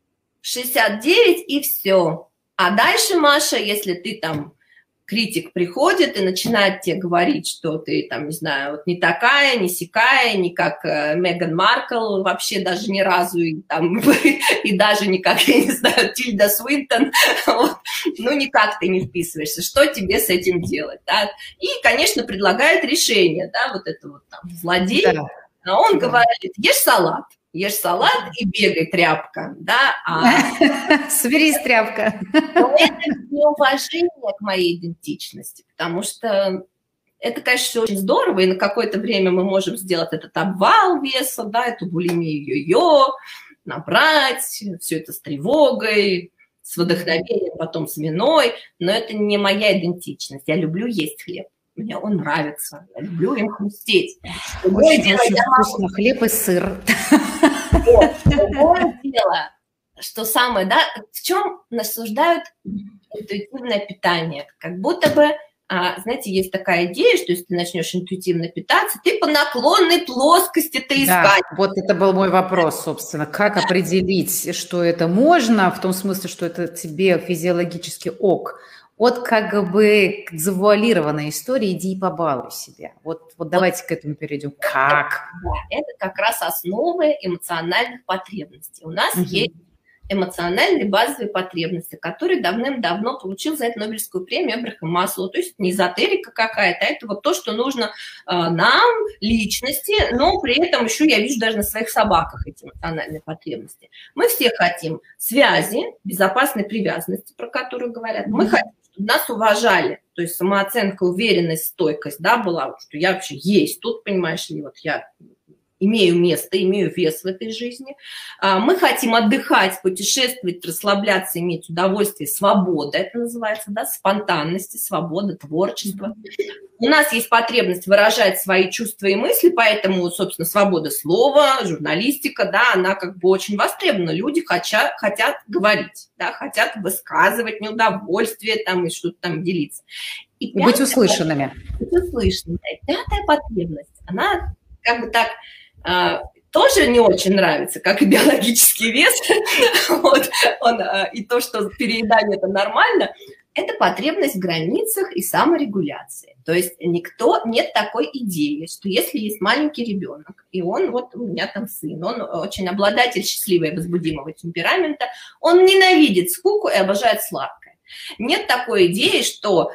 69 и все. А дальше, Маша, если ты там, критик приходит и начинает тебе говорить, что ты там, не знаю, вот не такая, не сякая, не как Меган Маркл, вообще даже ни разу, и, там, и даже не как, я не знаю, Тильда Свинтон, вот, ну никак ты не вписываешься, что тебе с этим делать, да? И, конечно, предлагает решение, да, вот это вот там злодей, да. А он говорит, ешь салат и бегай, тряпка, да. Соберись, тряпка. Но это неуважение к моей идентичности, потому что это, конечно, все очень здорово, и на какое-то время мы можем сделать этот обвал веса, да, эту булимию, набрать, все это с тревогой, с вдохновением, потом с виной, но это не моя идентичность. Я люблю есть хлеб. Мне он нравится. Я люблю им хрустеть. Очень вкусно. Хлеб и сыр. Другое дело, что самое, да, в чем насуждают интуитивное питание? Как будто бы, знаете, есть такая идея, что если ты начнешь интуитивно питаться, ты по наклонной плоскости ты искать. Да, вот это был мой вопрос, собственно. Как определить, что это можно, в том смысле, что это тебе физиологически ок, от как бы завуалированной истории «иди и побалуй себя». Вот давайте к этому перейдем. Как? Да, это как раз основы эмоциональных потребностей. У нас есть эмоциональные базовые потребности, которые давным-давно получил за это Нобелевскую премию Эбрахам Маслоу. То есть не эзотерика какая-то, а это вот то, что нужно нам, личности, но при этом еще я вижу даже на своих собаках эти эмоциональные потребности. Мы все хотим связи, безопасной привязанности, про которую говорят. Мы хотим, чтобы нас уважали, то есть самооценка, уверенность, стойкость, да, была, что я вообще есть тут, понимаешь ли, вот я имею место, имею вес в этой жизни. Мы хотим отдыхать, путешествовать, расслабляться, иметь удовольствие, свобода, это называется, да, спонтанность, свобода, творчество. У нас есть потребность выражать свои чувства и мысли, поэтому, собственно, свобода слова, журналистика, да, она как бы очень востребована. Люди хотят говорить, да, хотят высказывать неудовольствие там, и что-то там делиться. И быть услышанными. Быть услышанными. Пятая потребность, она как бы так тоже не очень нравится, как и биологический вес, вот, и то, что переедание – это нормально, это потребность в границах и саморегуляции. То есть нет такой идеи, что если есть маленький ребенок, и он, вот у меня там сын, он очень обладатель счастливого и возбудимого темперамента, он ненавидит скуку и обожает сладкое. Нет такой идеи, что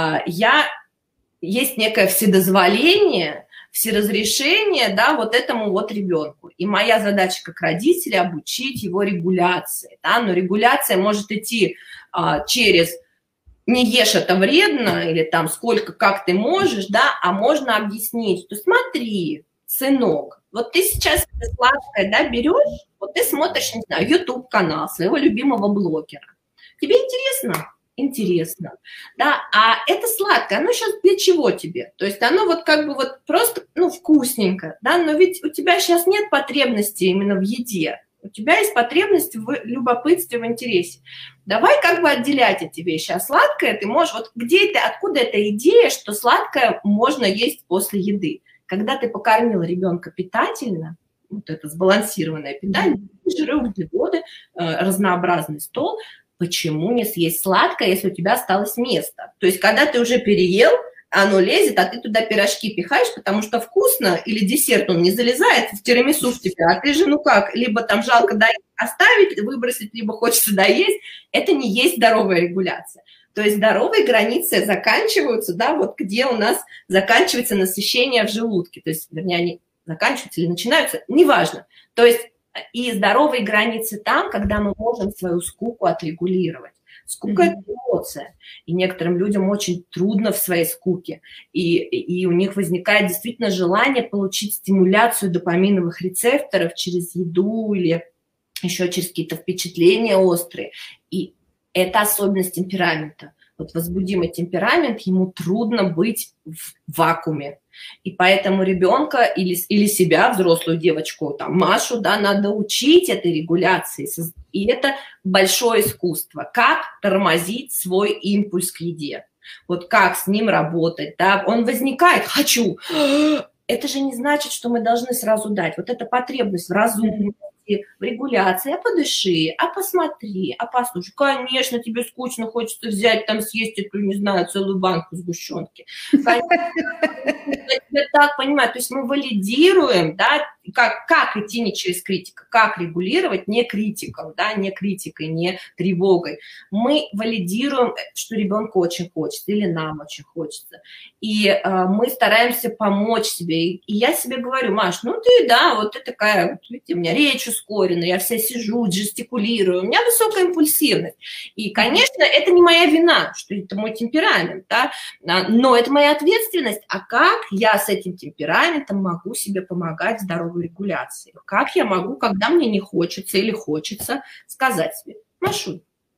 есть некое вседозволение, всеразрешение, да, вот этому вот ребенку. И моя задача как родителя обучить его регуляции, да, но регуляция может идти через «не ешь, это вредно», или там «сколько, как ты можешь», да, а можно объяснить, что смотри, сынок, вот ты сейчас сладкое, да, берешь, вот ты смотришь, не знаю, YouTube-канал своего любимого блогера. Тебе интересно? Интересно, да, а это сладкое, оно сейчас для чего тебе? То есть оно вот как бы вот просто, ну, вкусненько, да, но ведь у тебя сейчас нет потребности именно в еде, у тебя есть потребность в любопытстве, в интересе. Давай как бы отделять эти вещи, а сладкое ты можешь, вот где это, откуда эта идея, что сладкое можно есть после еды? Когда ты покормил ребенка питательно, вот это сбалансированное питание, жиры, углеводы, разнообразный стол, почему не съесть сладкое, если у тебя осталось место? То есть, когда ты уже переел, оно лезет, а ты туда пирожки пихаешь, потому что вкусно, или десерт, он не залезает в тирамису в тебя, а ты же, ну как, либо там жалко оставить, выбросить, либо хочется доесть. Это не есть здоровая регуляция. То есть здоровые границы заканчиваются, да, вот где у нас заканчивается насыщение в желудке. То есть, вернее, они заканчиваются или начинаются, неважно. То есть и здоровые границы там, когда мы можем свою скуку отрегулировать. Скука – это эмоция, и некоторым людям очень трудно в своей скуке, и у них возникает действительно желание получить стимуляцию допаминовых рецепторов через еду или еще через какие-то впечатления острые, и это особенность темперамента. Вот возбудимый темперамент, ему трудно быть в вакууме. И поэтому ребенка или себя, взрослую девочку, там, Машу, да, надо учить этой регуляции. И это большое искусство. Как тормозить свой импульс к еде. Вот как с ним работать. Да? Он возникает «хочу». Это же не значит, что мы должны сразу дать. Вот эта потребность в разумности, в регуляции, а подыши, а посмотри, а послушай. Конечно, тебе скучно, хочется взять, там, съесть эту, не знаю, целую банку сгущенки. Конечно, я тебя так понимаю. То есть мы валидируем, да, как идти не через критику, как регулировать не критиком, да, не критикой, не тревогой. Мы валидируем, что ребенку очень хочется или нам очень хочется. И мы стараемся помочь себе. И я себе говорю: Маш, ну ты, да, вот ты такая, вот, видите, у меня речь ускорена, я вся сижу, жестикулирую, у меня высокая импульсивность. И, конечно, это не моя вина, что это мой темперамент, да, но это моя ответственность. А как я с этим темпераментом могу себе помогать в здоровой регуляции? Как я могу, когда мне не хочется или хочется, сказать себе: Машуль,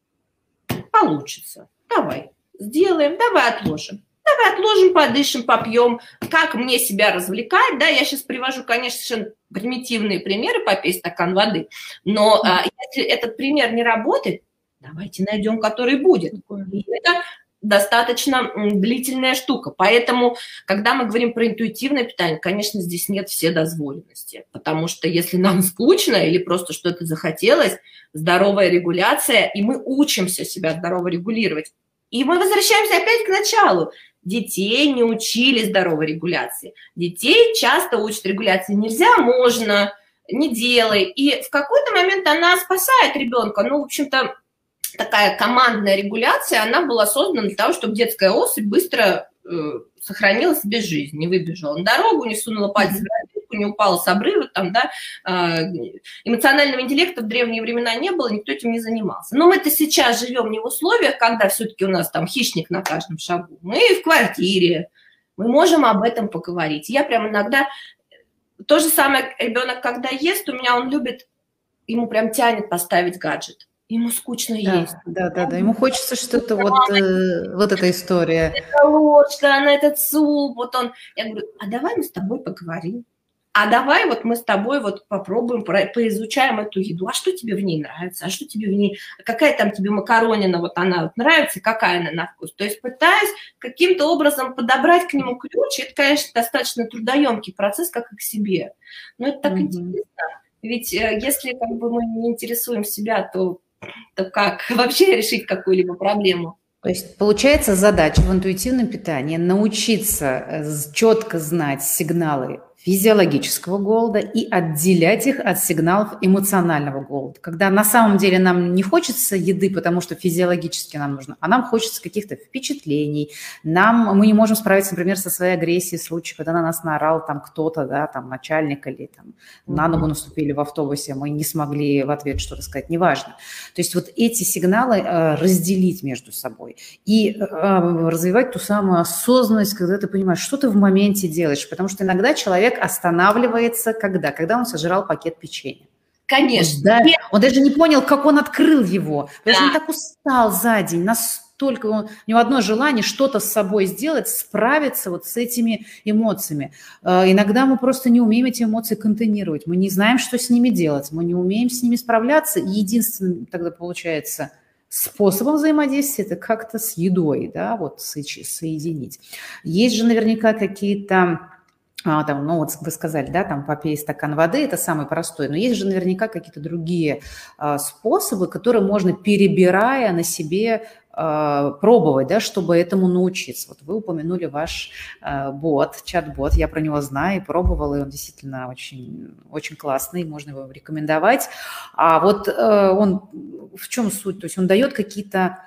получится, давай сделаем, давай отложим. Давай отложим, подышим, попьем. Как мне себя развлекать? Да, я сейчас привожу, конечно, совершенно примитивные примеры, попей стакан воды. Но если этот пример не работает, давайте найдем, который будет. И это достаточно длительная штука. Поэтому, когда мы говорим про интуитивное питание, конечно, здесь нет вседозволенности. Потому что если нам скучно или просто что-то захотелось, здоровая регуляция, и мы учимся себя здорово регулировать. И мы возвращаемся опять к началу. Детей не учили здоровой регуляции. Детей часто учат регуляции нельзя, можно, не делай. И в какой-то момент она спасает ребенка. Ну, в общем-то, такая командная регуляция, она была создана для того, чтобы детская особь быстро сохранила себе жизнь, не выбежала на дорогу, не сунула палец в розетку, не упала с обрыва, там, да, эмоционального интеллекта в древние времена не было, никто этим не занимался. Но мы-то сейчас живем не в условиях, когда все-таки у нас там хищник на каждом шагу. Мы в квартире, мы можем об этом поговорить. Я прям иногда То же самое ребенок, когда ест, у меня он любит, ему прям тянет поставить гаджет. Ему скучно есть. Да. Ему хочется что-то вот эта история. Это ложка, на этот суп. Вот он. Я говорю, а давай мы с тобой поговорим. А давай вот мы с тобой вот попробуем, поизучаем эту еду. А что тебе в ней нравится? А что тебе в ней... Какая там тебе макаронина, вот она вот нравится, какая она на вкус? То есть пытаюсь каким-то образом подобрать к нему ключ. Это, конечно, достаточно трудоемкий процесс, как и к себе. Но это так интересно. Ведь если как бы мы не интересуем себя, то как вообще решить какую-либо проблему? То есть получается задача в интуитивном питании научиться четко знать сигналы физиологического голода и отделять их от сигналов эмоционального голода. Когда на самом деле нам не хочется еды, потому что физиологически нам нужно, а нам хочется каких-то впечатлений. Мы не можем справиться, например, со своей агрессией в случае, когда на нас наорал там кто-то, да, там начальник или там на ногу наступили в автобусе, мы не смогли в ответ что-то сказать, неважно. То есть вот эти сигналы разделить между собой и развивать ту самую осознанность, когда ты понимаешь, что ты в моменте делаешь, потому что иногда человек останавливается когда он сожрал пакет печенья. Конечно. Он даже не понял, как он открыл его, потому что он так устал за день, настолько у него одно желание что-то с собой сделать, справиться вот с этими эмоциями. Иногда мы просто не умеем эти эмоции контейнировать, мы не знаем, что с ними делать, мы не умеем с ними справляться, и единственным тогда получается способом взаимодействия это как-то с едой, да, вот соединить. Есть же наверняка какие-то вот вы сказали, да, там попей стакан воды, это самый простой, но есть же наверняка какие-то другие способы, которые можно, перебирая на себе, пробовать, да, чтобы этому научиться. Вот вы упомянули ваш чат-бот, я про него знаю и пробовала, и он действительно очень, очень классный, можно его рекомендовать. А вот он, в чем суть? То есть он дает какие-то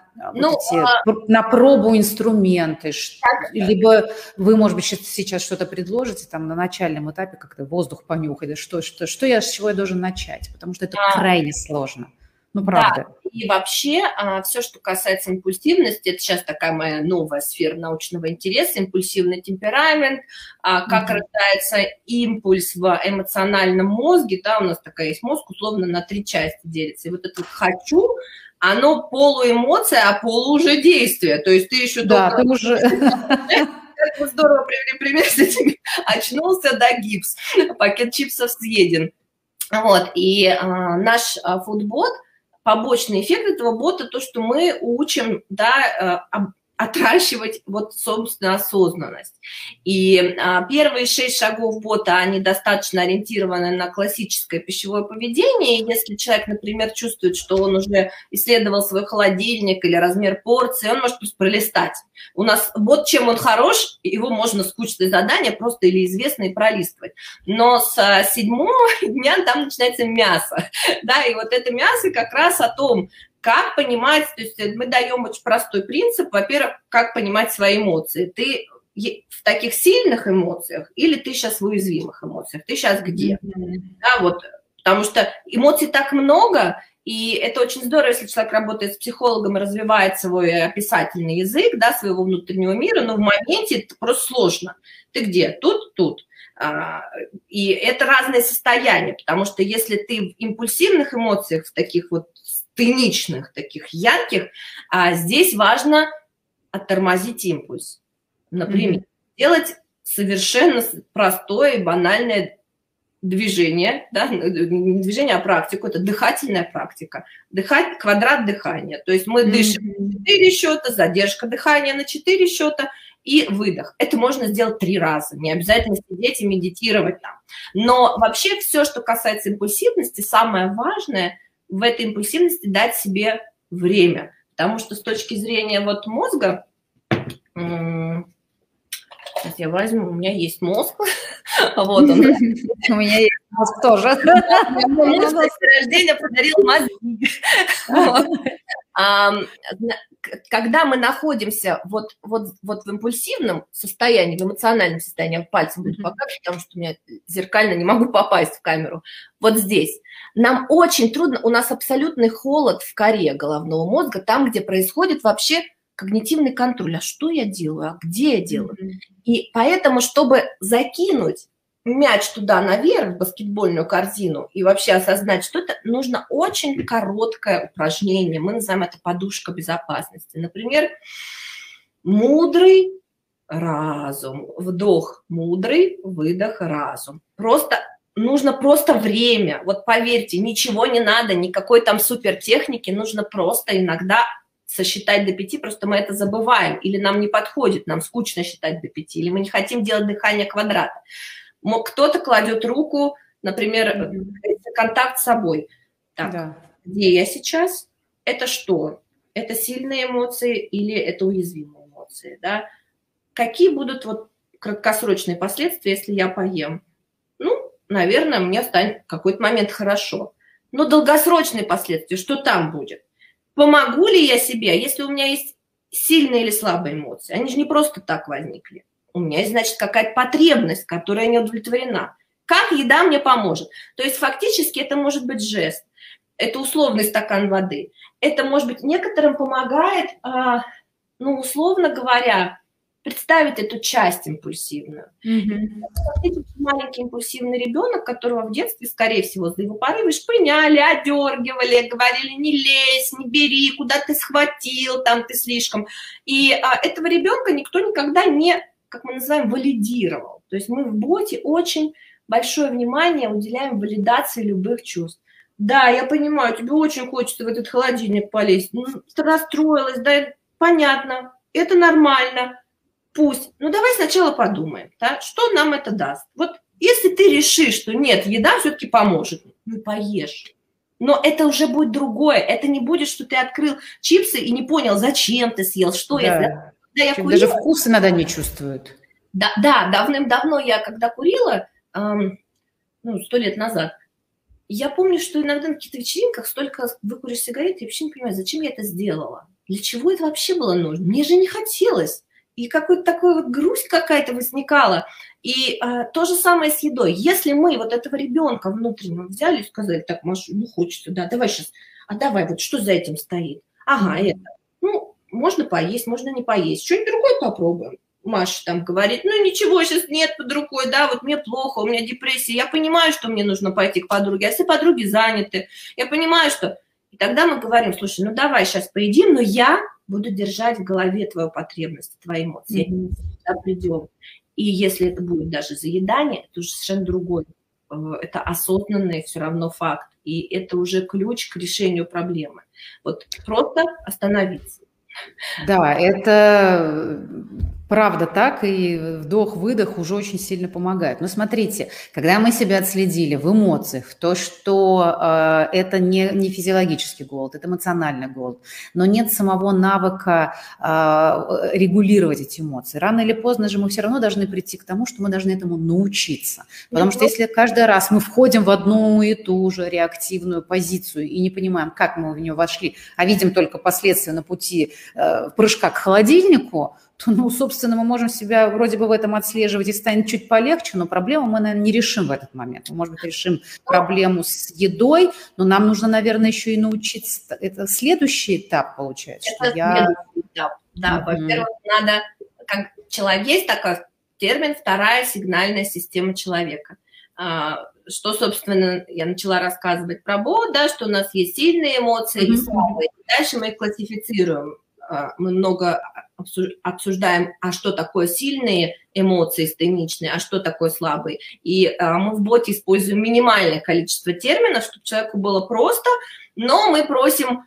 на пробу инструменты, либо вы, может быть, сейчас что-то предложите там на начальном этапе, как-то воздух понюхать, да, с чего я должен начать, потому что это крайне сложно. Ну, правда. Да, и вообще все, что касается импульсивности, это сейчас такая моя новая сфера научного интереса, импульсивный темперамент, как рождается импульс в эмоциональном мозге, да, у нас такая есть мозг, условно, на 3 части делится. И вот это вот «хочу», оно полуэмоция, а полу уже действие. То есть ты еще... Да, ты уже... Как вы здорово привели пример с этим. Очнулся, да, гипс. Пакет чипсов съеден. Вот. И наш фудбот, побочный эффект этого бота, то, что мы учим, да, отращивать вот, собственно, осознанность. И первые 6 шагов бота, они достаточно ориентированы на классическое пищевое поведение. И если человек, например, чувствует, что он уже исследовал свой холодильник или размер порции, он может просто пролистать. У нас бот, чем он хорош, его можно скучные задания просто или известные пролистывать. Но с 7-го дня там начинается мясо. Да, и вот это мясо как раз о том, как понимать, то есть мы даем очень простой принцип, во-первых, как понимать свои эмоции. Ты в таких сильных эмоциях или ты сейчас в уязвимых эмоциях? Ты сейчас где? Да, вот, потому что эмоций так много, и это очень здорово, если человек работает с психологом и развивает свой описательный язык, да, своего внутреннего мира, но в моменте это просто сложно. Ты где? Тут, тут. И это разные состояния, потому что если ты в импульсивных эмоциях, в таких вот сценичных, таких ярких, здесь важно оттормозить импульс. Например, делать совершенно простое и банальное движение, да, не движение, а практику, это дыхательная практика. Дыхать, квадрат дыхания. То есть мы дышим на 4 счета, задержка дыхания на 4 счета и выдох. Это можно сделать 3 раза, не обязательно сидеть и медитировать там. Но вообще все, что касается импульсивности, самое важное в этой импульсивности дать себе время. Потому что с точки зрения вот мозга, сейчас я возьму, у меня есть мозг. Вот он. У меня есть мозг тоже. Мозг после рождения подарил мозги. Когда мы находимся вот в импульсивном состоянии, в эмоциональном состоянии, пальцем буду показывать, потому что у меня зеркально не могу попасть в камеру, вот здесь, нам очень трудно, у нас абсолютный холод в коре головного мозга, там, где происходит вообще когнитивный контроль. А что я делаю? А где я делаю? И поэтому, чтобы закинуть мяч туда наверх, в баскетбольную корзину, и вообще осознать, что это нужно очень короткое упражнение. Мы называем это подушка безопасности. Например, мудрый разум. Вдох мудрый, выдох разум. Нужно просто время. Вот поверьте, ничего не надо, никакой там супертехники, нужно просто иногда сосчитать до 5, просто мы это забываем, или нам не подходит, нам скучно считать до 5, или мы не хотим делать дыхание квадрата. Кто-то кладет руку, например, контакт с собой. Так, да. Где я сейчас? Это что? Это сильные эмоции или это уязвимые эмоции? Да? Какие будут вот краткосрочные последствия, если я поем? Ну, наверное, мне станет в какой-то момент хорошо. Но долгосрочные последствия, что там будет? Помогу ли я себе, если у меня есть сильные или слабые эмоции? Они же не просто так возникли. У меня есть, значит, какая-то потребность, которая не удовлетворена. Как еда мне поможет? То есть фактически это может быть жест, это условный стакан воды. Это, может быть, некоторым помогает, ну, условно говоря, представить эту часть импульсивную. Фактически маленький импульсивный ребенок, которого в детстве, скорее всего, за его порывы шпыняли, одергивали, говорили: не лезь, не бери, куда ты схватил, там ты слишком. И этого ребенка никто никогда не, как мы называем, валидировал. То есть мы в боте очень большое внимание уделяем валидации любых чувств. Да, я понимаю, тебе очень хочется в этот холодильник полезть. Ну, ты расстроилась, да, понятно, это нормально. Пусть. Ну, давай сначала подумаем, да, что нам это даст. Вот если ты решишь, что нет, еда все-таки поможет, ну, поешь. Но это уже будет другое. Это не будет, что ты открыл чипсы и не понял, зачем ты съел, что я... Да, даже вкус иногда не чувствуют. Да, давным-давно я, когда курила, 100 лет назад, я помню, что иногда на каких-то вечеринках столько выкуришь сигареты, и вообще не понимаю, зачем я это сделала. Для чего это вообще было нужно? Мне же не хотелось. И какой-то такой вот грусть какая-то возникала. И то же самое с едой. Если мы вот этого ребенка внутреннего взяли и сказали: так, Маша, ну хочется, да, давай сейчас, давай, вот что за этим стоит? Ага, это. Ну, можно поесть, можно не поесть. Что-нибудь другое попробуем. Маша там говорит: ну ничего, сейчас нет под рукой, да, вот мне плохо, у меня депрессия. Я понимаю, что мне нужно пойти к подруге, а если подруги заняты, я понимаю, что... И тогда мы говорим: слушай, ну давай сейчас поедим, но я буду держать в голове твою потребность, твои эмоции. Сюда придем. И если это будет даже заедание, это уже совершенно другой. Это осознанный все равно факт. И это уже ключ к решению проблемы. Вот просто остановиться. Да, это правда так, и вдох-выдох уже очень сильно помогает. Но смотрите, когда мы себя отследили в эмоциях, то, что это не физиологический голод, это эмоциональный голод, но нет самого навыка регулировать эти эмоции. Рано или поздно же мы все равно должны прийти к тому, что мы должны этому научиться. Потому что если каждый раз мы входим в одну и ту же реактивную позицию и не понимаем, как мы в нее вошли, а видим только последствия на пути прыжка к холодильнику, то, ну, собственно, мы можем себя вроде бы в этом отслеживать и станет чуть полегче, но проблему мы, наверное, не решим в этот момент. Мы, может быть, решим проблему с едой, но нам нужно, наверное, еще и научиться. Это следующий этап, получается. Это следующий этап, да. Во-первых, надо, как человек, есть такой термин «вторая сигнальная система человека». Что, собственно, я начала рассказывать про бот, да, что у нас есть сильные эмоции и слабые. Дальше мы их классифицируем. Мы много обсуждаем, а что такое сильные эмоции стемичные, а что такое слабые. И мы в боте используем минимальное количество терминов, чтобы человеку было просто, но мы просим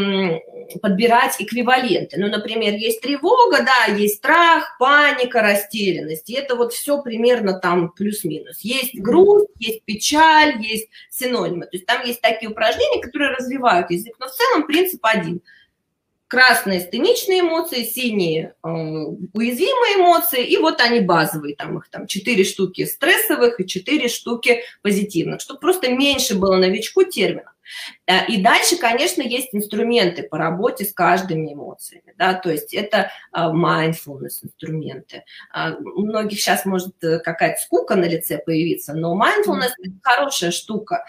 подбирать эквиваленты. Ну, например, есть тревога, да, есть страх, паника, растерянность. И это вот все примерно там плюс-минус. Есть грусть, есть печаль, есть синонимы. То есть там есть такие упражнения, которые развивают язык, но в целом принцип один. Красные стемичные эмоции, синие уязвимые эмоции, и вот они базовые, там их там 4 штуки стрессовых и 4 штуки позитивных, чтобы просто меньше было новичку терминов. И дальше, конечно, есть инструменты по работе с каждыми эмоциями, да, то есть это mindfulness инструменты. У многих сейчас может какая-то скука на лице появиться, но mindfulness – это хорошая штука.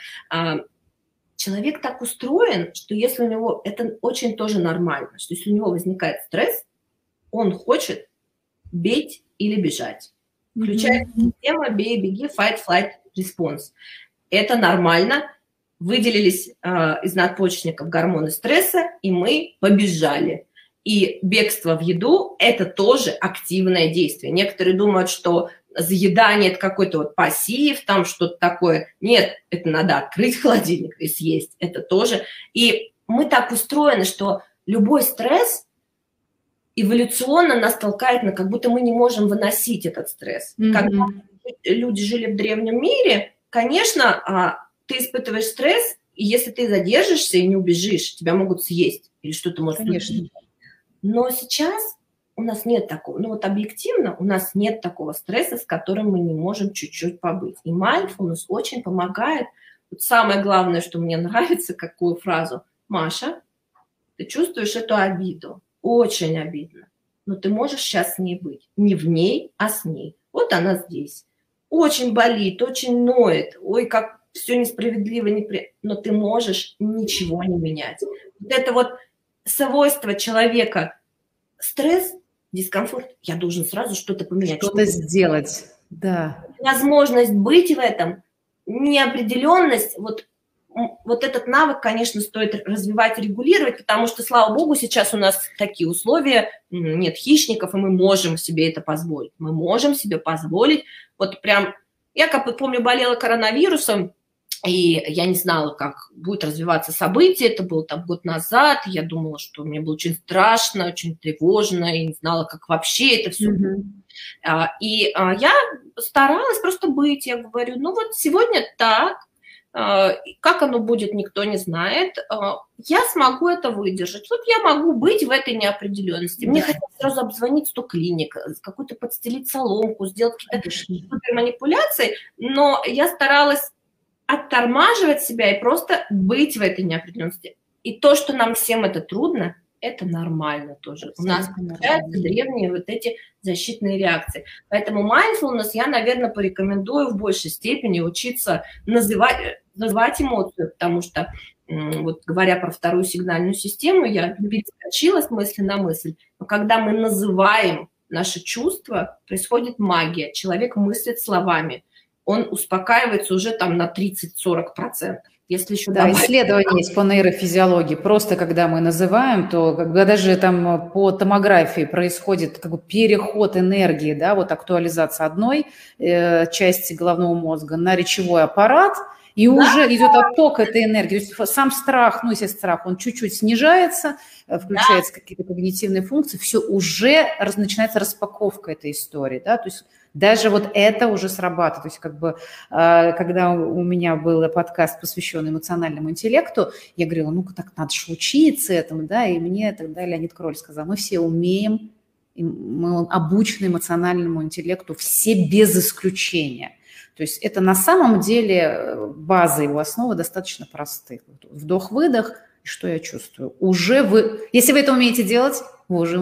Человек так устроен, что если у него, это очень тоже нормально, что если у него возникает стресс, он хочет бить или бежать. Включается система «бей, беги», fight, flight, response. Это нормально. Выделились из надпочечников гормоны стресса, и мы побежали. И бегство в еду – это тоже активное действие. Некоторые думают, что заедание – это какой-то вот пассив, там что-то такое. Нет, это надо открыть холодильник и съесть. Это тоже. И мы так устроены, что любой стресс эволюционно нас толкает на как будто мы не можем выносить этот стресс. Когда люди жили в древнем мире, конечно, ты испытываешь стресс, и если ты задержишься и не убежишь, тебя могут съесть или что-то может случиться. Но сейчас у нас нет такого, ну вот объективно у нас нет такого стресса, с которым мы не можем чуть-чуть побыть. И mindfulness очень помогает. Вот самое главное, что мне нравится, какую фразу: Маша, ты чувствуешь эту обиду, очень обидно, но ты можешь сейчас с ней быть. Не в ней, а с ней. Вот она здесь. Очень болит, очень ноет, ой, как все несправедливо, но ты можешь ничего не менять. Вот это вот свойство человека. Стресс, дискомфорт, я должен сразу что-то поменять. Что-то сделать, да. Возможность быть в этом, неопределенность, вот этот навык, конечно, стоит развивать, регулировать, потому что, слава богу, сейчас у нас такие условия, нет хищников, и мы можем себе это позволить. Мы можем себе позволить, вот прям, я как помню, болела коронавирусом, и я не знала, как будет развиваться событие, это было там год назад, я думала, что мне было очень страшно, очень тревожно, и не знала, как вообще это все будет. И я старалась просто быть, я говорю, ну вот сегодня так, как оно будет, никто не знает. Я смогу это выдержать. Вот я могу быть в этой неопределенности. Мне хотелось сразу обзвонить 100 клиник, какую-то подстелить соломку, сделать какие-то супер манипуляции, но я старалась оттормаживать себя и просто быть в этой неопределенности. И то, что нам всем это трудно, это нормально тоже. У нас получаются древние вот эти защитные реакции. Поэтому mindfulness я, наверное, порекомендую в большей степени учиться называть эмоцию, потому что, вот говоря про вторую сигнальную систему, я перескочила с мысли на мысль, но когда мы называем наши чувства, происходит магия. Человек мыслит словами, он успокаивается уже там на 30-40%. Если еще исследования есть по нейрофизиологии. Просто когда мы называем, то когда даже там по томографии происходит как бы переход энергии, да, вот актуализация одной части головного мозга на речевой аппарат, и уже идет отток этой энергии. То есть сам страх, ну, если страх, он чуть-чуть снижается, включаются какие-то когнитивные функции, все, уже начинается распаковка этой истории, да, то есть даже вот это уже срабатывает. То есть как бы, когда у меня был подкаст, посвященный эмоциональному интеллекту, я говорила, ну-ка так надо же учиться этому, да, и мне тогда Леонид Кроль сказал, мы все умеем, мы обучены эмоциональному интеллекту, все без исключения. То есть это на самом деле база его основы достаточно простых. Вдох-выдох, и что я чувствую? Уже вы, если вы это умеете делать, вы уже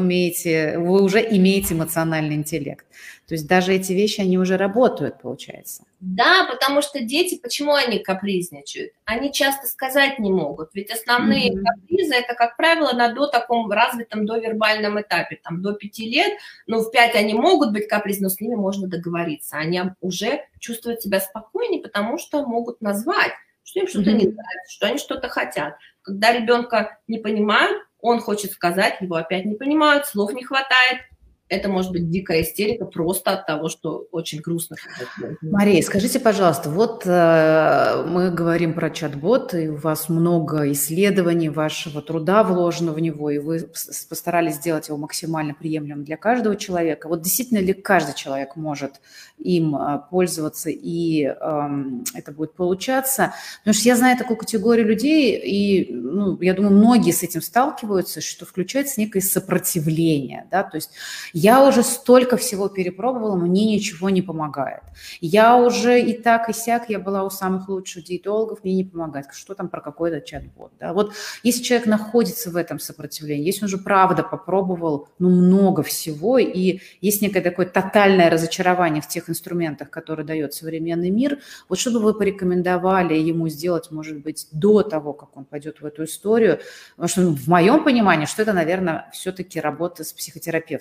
имеете эмоциональный интеллект. То есть даже эти вещи, они уже работают, получается. Да, потому что дети, почему они капризничают? Они часто сказать не могут. Ведь основные капризы, это, как правило, на таком развитом довербальном этапе, там, до 5 лет. Ну, в 5 они могут быть капризны, но с ними можно договориться. Они уже чувствуют себя спокойнее, потому что могут назвать, что им что-то не нравится, что они что-то хотят. Когда ребенка не понимают, он хочет сказать, его опять не понимают, слов не хватает. Это может быть дикая истерика просто от того, что очень грустно. Мария, скажите, пожалуйста, вот мы говорим про чат-бот, и у вас много исследований, вашего труда вложено в него, и вы постарались сделать его максимально приемлемым для каждого человека. Вот действительно ли каждый человек может им пользоваться, и это будет получаться? Потому что я знаю такую категорию людей, и я думаю, многие с этим сталкиваются, что включается некое сопротивление, да, то есть я уже столько всего перепробовала, мне ничего не помогает. Я уже и так, и сяк, я была у самых лучших диетологов, мне не помогает. Что там про какой-то чат-бот? Да? Вот если человек находится в этом сопротивлении, если он же правда попробовал много всего, и есть некое такое тотальное разочарование в тех инструментах, которые дает современный мир, вот что бы вы порекомендовали ему сделать, может быть, до того, как он пойдет в эту историю? Потому что в моем понимании, что это, наверное, все-таки работа с психотерапевтом лично.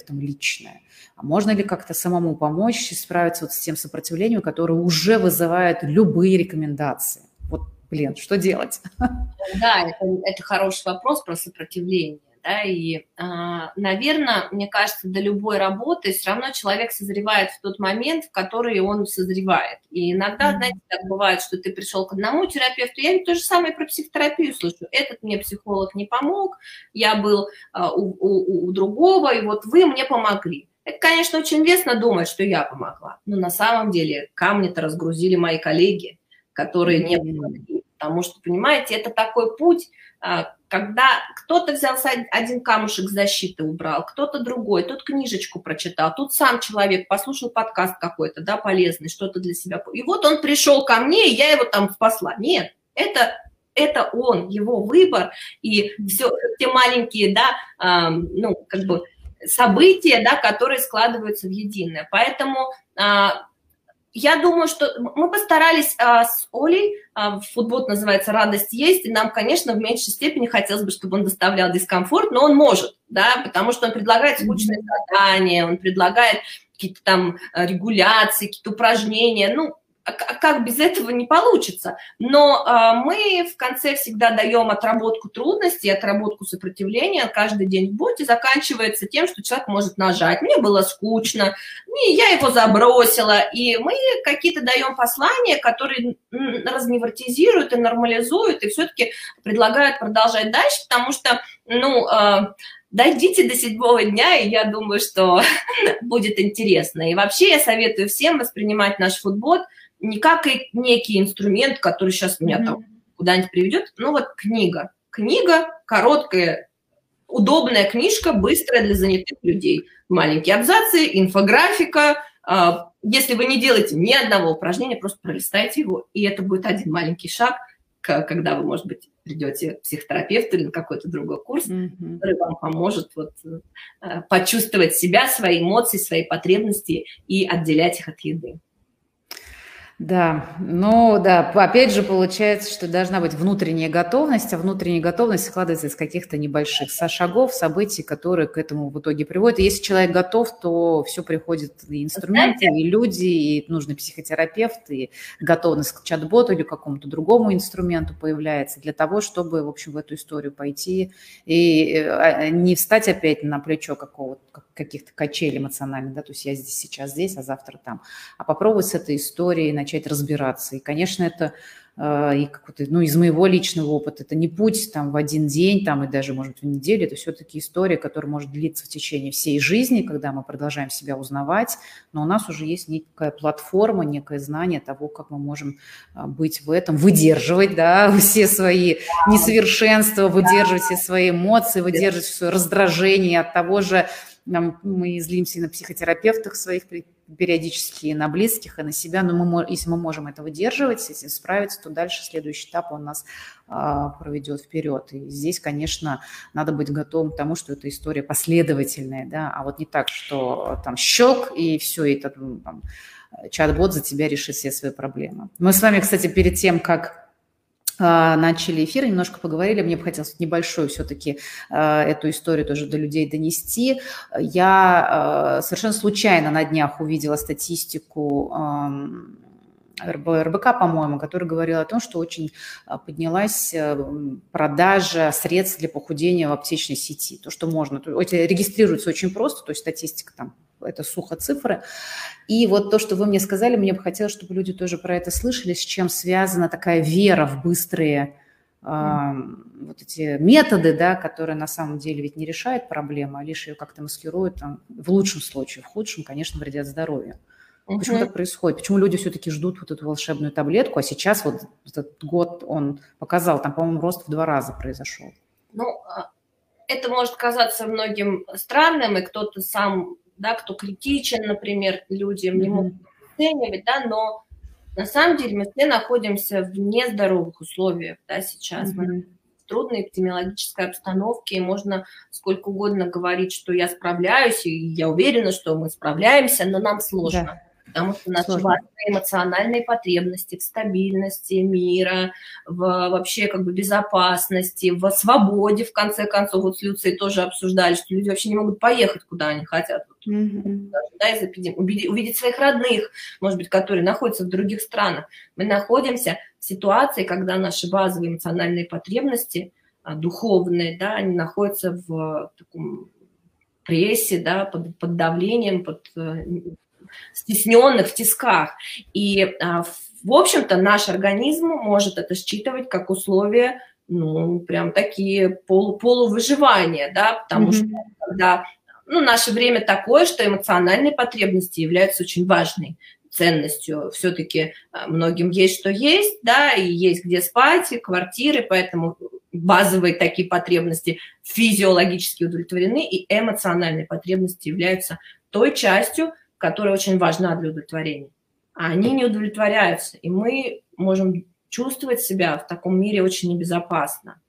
токсичное. А можно ли как-то самому помочь справиться вот с тем сопротивлением, которое уже вызывает любые рекомендации? Вот, блин, что делать? Да, это хороший вопрос про сопротивление. Да, и, наверное, мне кажется, до любой работы все равно человек созревает в тот момент, в который он созревает. И иногда, знаете, так бывает, что ты пришел к одному терапевту, я то же самое про психотерапию слышу. Этот мне психолог не помог, я был у другого, и вот вы мне помогли. Это, конечно, очень лестно думать, что я помогла, но на самом деле камни-то разгрузили мои коллеги, которые не помогли. Потому что, понимаете, это такой путь, когда кто-то взял один камушек защиты, убрал, кто-то другой, тут книжечку прочитал, тут сам человек послушал подкаст какой-то, да, полезный, что-то для себя. И вот он пришел ко мне, и я его там спасла. Нет, это он, его выбор, и все те маленькие, да, ну, как бы события, да, которые складываются в единое. Поэтому я думаю, что мы постарались с Олей, фудбот называется «Радость есть», и нам, конечно, в меньшей степени хотелось бы, чтобы он доставлял дискомфорт, но он может, да, потому что он предлагает скучные задания, он предлагает какие-то там регуляции, какие-то упражнения, ну, как без этого не получится. Но мы в конце всегда даем отработку трудностей, отработку сопротивления. Каждый день в боте заканчивается тем, что человек может нажать. Мне было скучно, я его забросила. И мы какие-то даем послания, которые разневротизируют и нормализуют, и все-таки предлагают продолжать дальше, потому что, ну, дойдите до 7-го дня, и я думаю, что будет интересно. И вообще я советую всем воспринимать наш фудбот не как некий инструмент, который сейчас меня там куда-нибудь приведет, но вот книга. Книга, короткая, удобная книжка, быстрая для занятых людей. Маленькие абзацы, инфографика. Если вы не делаете ни одного упражнения, просто пролистайте его, и это будет один маленький шаг, когда вы, может быть, придете к психотерапевту или на какой-то другой курс, который вам поможет вот, почувствовать себя, свои эмоции, свои потребности и отделять их от еды. Да, ну да, опять же получается, что должна быть внутренняя готовность, а внутренняя готовность складывается из каких-то небольших шагов, событий, которые к этому в итоге приводят. И если человек готов, то все приходит, и инструменты, и люди, и нужный психотерапевт, и готовность к чат-боту или какому-то другому инструменту появляется для того, чтобы, в общем, в эту историю пойти и не встать опять на плечо каких-то качелей эмоциональных, да, то есть я здесь сейчас здесь, а завтра там, а попробовать с этой историей начать разбираться. И, конечно, это и какой-то, ну, из моего личного опыта, это не путь там в один день, там, и даже, может быть, в неделю, это все-таки история, которая может длиться в течение всей жизни, когда мы продолжаем себя узнавать, но у нас уже есть некая платформа, некое знание того, как мы можем быть в этом, выдерживать, да, все свои несовершенства, выдерживать все свои эмоции, выдерживать свое раздражение от того же. Мы злимся и на психотерапевтах своих периодически, и на близких, и на себя, но если мы можем это выдерживать, если справиться, то дальше следующий этап он нас проведет вперед. И здесь, конечно, надо быть готовым к тому, что эта история последовательная, да, а вот не так, что там щелк, и все, и там, чат-бот за тебя решит все свои проблемы. Мы с вами, кстати, перед тем, как начали эфир, немножко поговорили, мне бы хотелось небольшую все-таки эту историю тоже до людей донести. Я совершенно случайно на днях увидела статистику РБК, по-моему, которая говорила о том, что очень поднялась продажа средств для похудения в аптечной сети. То, что можно. Это регистрируется очень просто, то есть статистика там, это сухо цифры. И вот то, что вы мне сказали, мне бы хотелось, чтобы люди тоже про это слышали, с чем связана такая вера в быстрые вот эти методы, да, которые на самом деле ведь не решают проблему, а лишь ее как-то маскируют, там, в лучшем случае, в худшем, конечно, вредят здоровью. Почему так происходит? Почему люди все-таки ждут вот эту волшебную таблетку, а сейчас вот этот год он показал, там, по-моему, рост в 2 раза произошел? Ну, это может казаться многим странным, и кто-то сам, да, кто критичен, например, людям не могут оценивать, да, но на самом деле мы все находимся в нездоровых условиях, да, сейчас. Мы в трудной эпидемиологической обстановке, и можно сколько угодно говорить, что я справляюсь, и я уверена, что мы справляемся, но нам сложно. Да. Потому что наши Сложно. важные эмоциональные потребности в стабильности мира, в вообще как бы безопасности, в свободе, в конце концов. Вот с Люцией тоже обсуждали, что люди вообще не могут поехать, куда они хотят. Да, из эпидемии. Увидеть своих родных, может быть, которые находятся в других странах. Мы находимся в ситуации, когда наши базовые эмоциональные потребности, духовные, да, они находятся в таком прессе, да, под давлением, стесненных, в тисках. И, в общем-то, наш организм может это считывать как условия, ну, прям такие полувыживания, да, потому что когда, ну, наше время такое, что эмоциональные потребности являются очень важной ценностью. Все-таки многим есть что есть, да, и есть где спать, и квартиры, поэтому базовые такие потребности физиологически удовлетворены, и эмоциональные потребности являются той частью, которая очень важна для удовлетворения. А они не удовлетворяются, и мы можем чувствовать себя в таком мире очень небезопасно.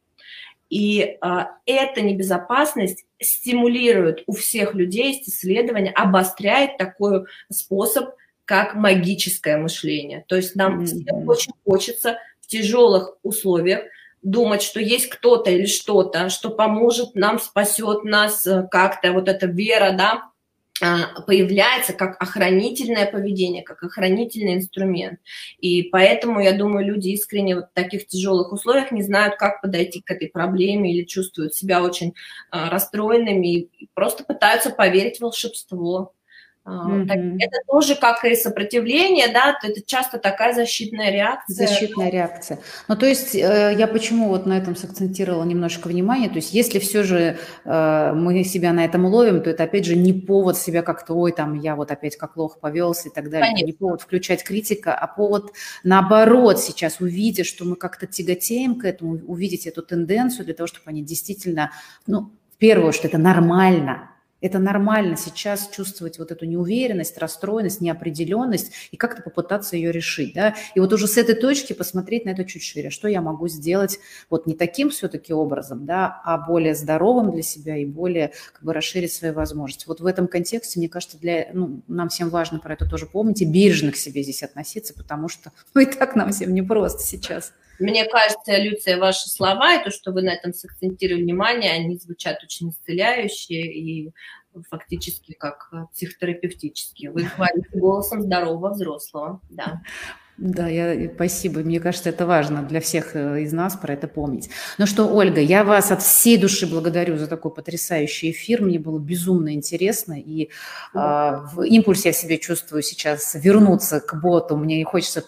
И эта небезопасность стимулирует у всех людей, есть исследования, обостряет такой способ, как магическое мышление. То есть нам всем очень хочется в тяжелых условиях думать, что есть кто-то или что-то, что поможет нам, спасет нас как-то, вот эта вера, да, появляется как охранительное поведение, как охранительный инструмент. И поэтому, я думаю, люди искренне вот в таких тяжелых условиях не знают, как подойти к этой проблеме или чувствуют себя очень расстроенными и просто пытаются поверить в волшебство. Это тоже как и сопротивление, да, это часто такая защитная реакция. Защитная реакция. Ну, то есть я почему вот на этом сакцентировала немножко внимание, то есть если все же мы себя на этом ловим, то это опять же не повод себя как-то, ой, там я вот опять как лох повелся и так далее, Конечно. не повод включать критика, а повод наоборот сейчас увидеть, что мы как-то тяготеем к этому, увидеть эту тенденцию для того, чтобы они действительно, ну, в первую, что это нормально. Это нормально сейчас чувствовать вот эту неуверенность, расстроенность, неопределенность и как-то попытаться ее решить, да, и вот уже с этой точки посмотреть на это чуть шире, что я могу сделать вот не таким все-таки образом, да, а более здоровым для себя и более как бы расширить свои возможности. Вот в этом контексте, мне кажется, нам всем важно про это тоже помнить и бережно к себе здесь относиться, потому что и так нам всем непросто сейчас. Мне кажется, Люция, ваши слова и то, что вы на этом сакцентировали внимание, они звучат очень исцеляюще и фактически как психотерапевтические. Вы говорите голосом здорового взрослого, да. Да, спасибо. Мне кажется, это важно для всех из нас про это помнить. Ну что, Ольга, я вас от всей души благодарю за такой потрясающий эфир. Мне было безумно интересно. И в импульсе я себя чувствую сейчас вернуться к боту. Мне хочется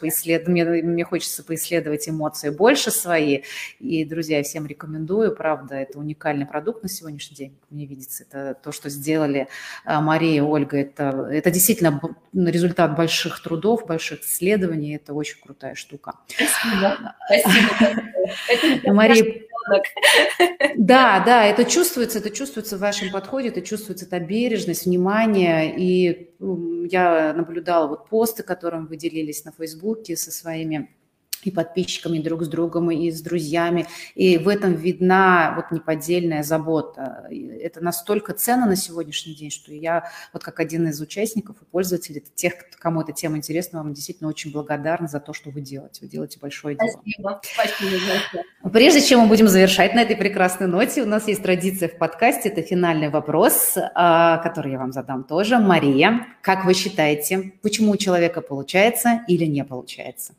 поисследовать эмоции больше свои. И, друзья, всем рекомендую. Правда, это уникальный продукт на сегодняшний день, как мне видится. Это то, что сделали Мария и Ольга. Это действительно результат больших трудов, больших исследований. Это очень крутая штука. Спасибо. Спасибо. Мария, да, это чувствуется в вашем подходе, это чувствуется, эта бережность, внимание. И я наблюдала вот посты, которым вы делились на Фейсбуке со своими и подписчиками, и друг с другом, и с друзьями. И в этом видна вот неподдельная забота. Это настолько ценно на сегодняшний день, что я вот как один из участников и пользователей, тех, кому эта тема интересна, вам действительно очень благодарна за то, что вы делаете. Вы делаете большое дело. Спасибо. Прежде чем мы будем завершать на этой прекрасной ноте, у нас есть традиция в подкасте, это финальный вопрос, который я вам задам тоже. Мария, как вы считаете, почему у человека получается или не получается?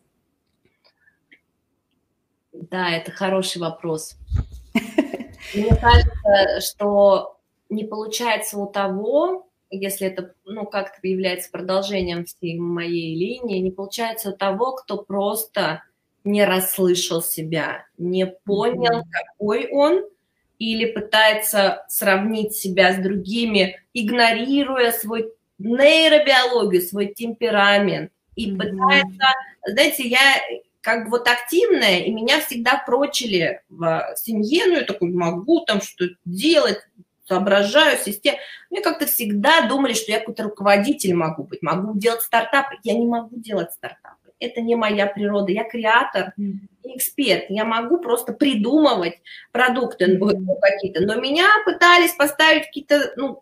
Да, это хороший вопрос. Мне кажется, что не получается у того, если это, как-то является продолжением всей моей линии, не получается у того, кто просто не расслышал себя, не понял, какой он, или пытается сравнить себя с другими, игнорируя свою нейробиологию, свой темперамент, и пытается, знаете, я как бы вот активная, и меня всегда прочили в семье, я такой могу там что-то делать, соображаю, систему. Мне как-то всегда думали, что я какой-то руководитель могу быть, могу делать стартапы. Я не могу делать стартапы. Это не моя природа. Я креатор и эксперт. Я могу просто придумывать продукты какие-то. Но меня пытались поставить какие-то,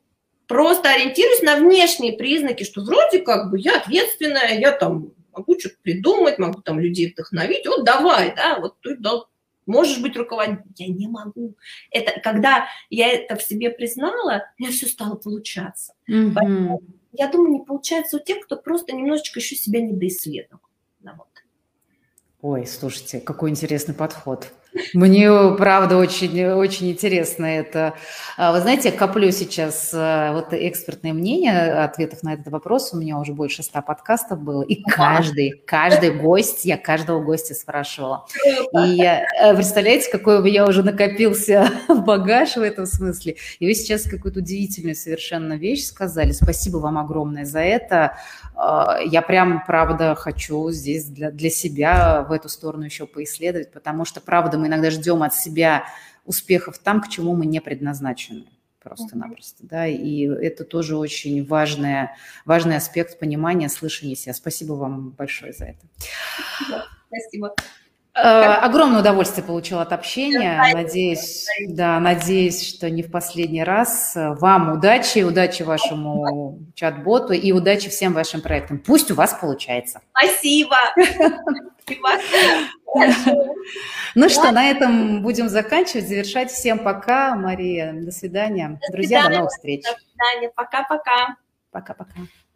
просто ориентируюсь на внешние признаки, что вроде как бы я ответственная, я там могу что-то придумать, могу там людей вдохновить, вот давай, да, вот ты можешь быть руководителем. Я не могу. Это, когда я это в себе признала, у меня все стало получаться. Поэтому, я думаю, не получается у тех, кто просто немножечко еще себя недоисследовал. Да, вот. Ой, слушайте, какой интересный подход. Мне, правда, очень, очень интересно это. Вы знаете, я коплю сейчас вот экспертное мнение, ответов на этот вопрос. У меня уже больше 100 подкастов было. И каждый гость, я каждого гостя спрашивала. И представляете, какой у меня уже накопился багаж в этом смысле. И вы сейчас какую-то удивительную совершенно вещь сказали. Спасибо вам огромное за это. Я прям, правда, хочу здесь для себя в эту сторону еще поисследовать, потому что, правда, мы иногда ждем от себя успехов там, к чему мы не предназначены просто-напросто, да, и это тоже очень важный аспект понимания, слышания себя. Спасибо вам большое за это. Спасибо. Огромное удовольствие получила от общения. Надеюсь, что не в последний раз. Вам удачи вашему чат-боту и удачи всем вашим проектам. Пусть у вас получается. Спасибо. Ну что, на этом будем заканчивать, завершать. Всем пока, Мария. До свидания. Друзья, до новых встреч. До свидания. Пока-пока. Пока-пока.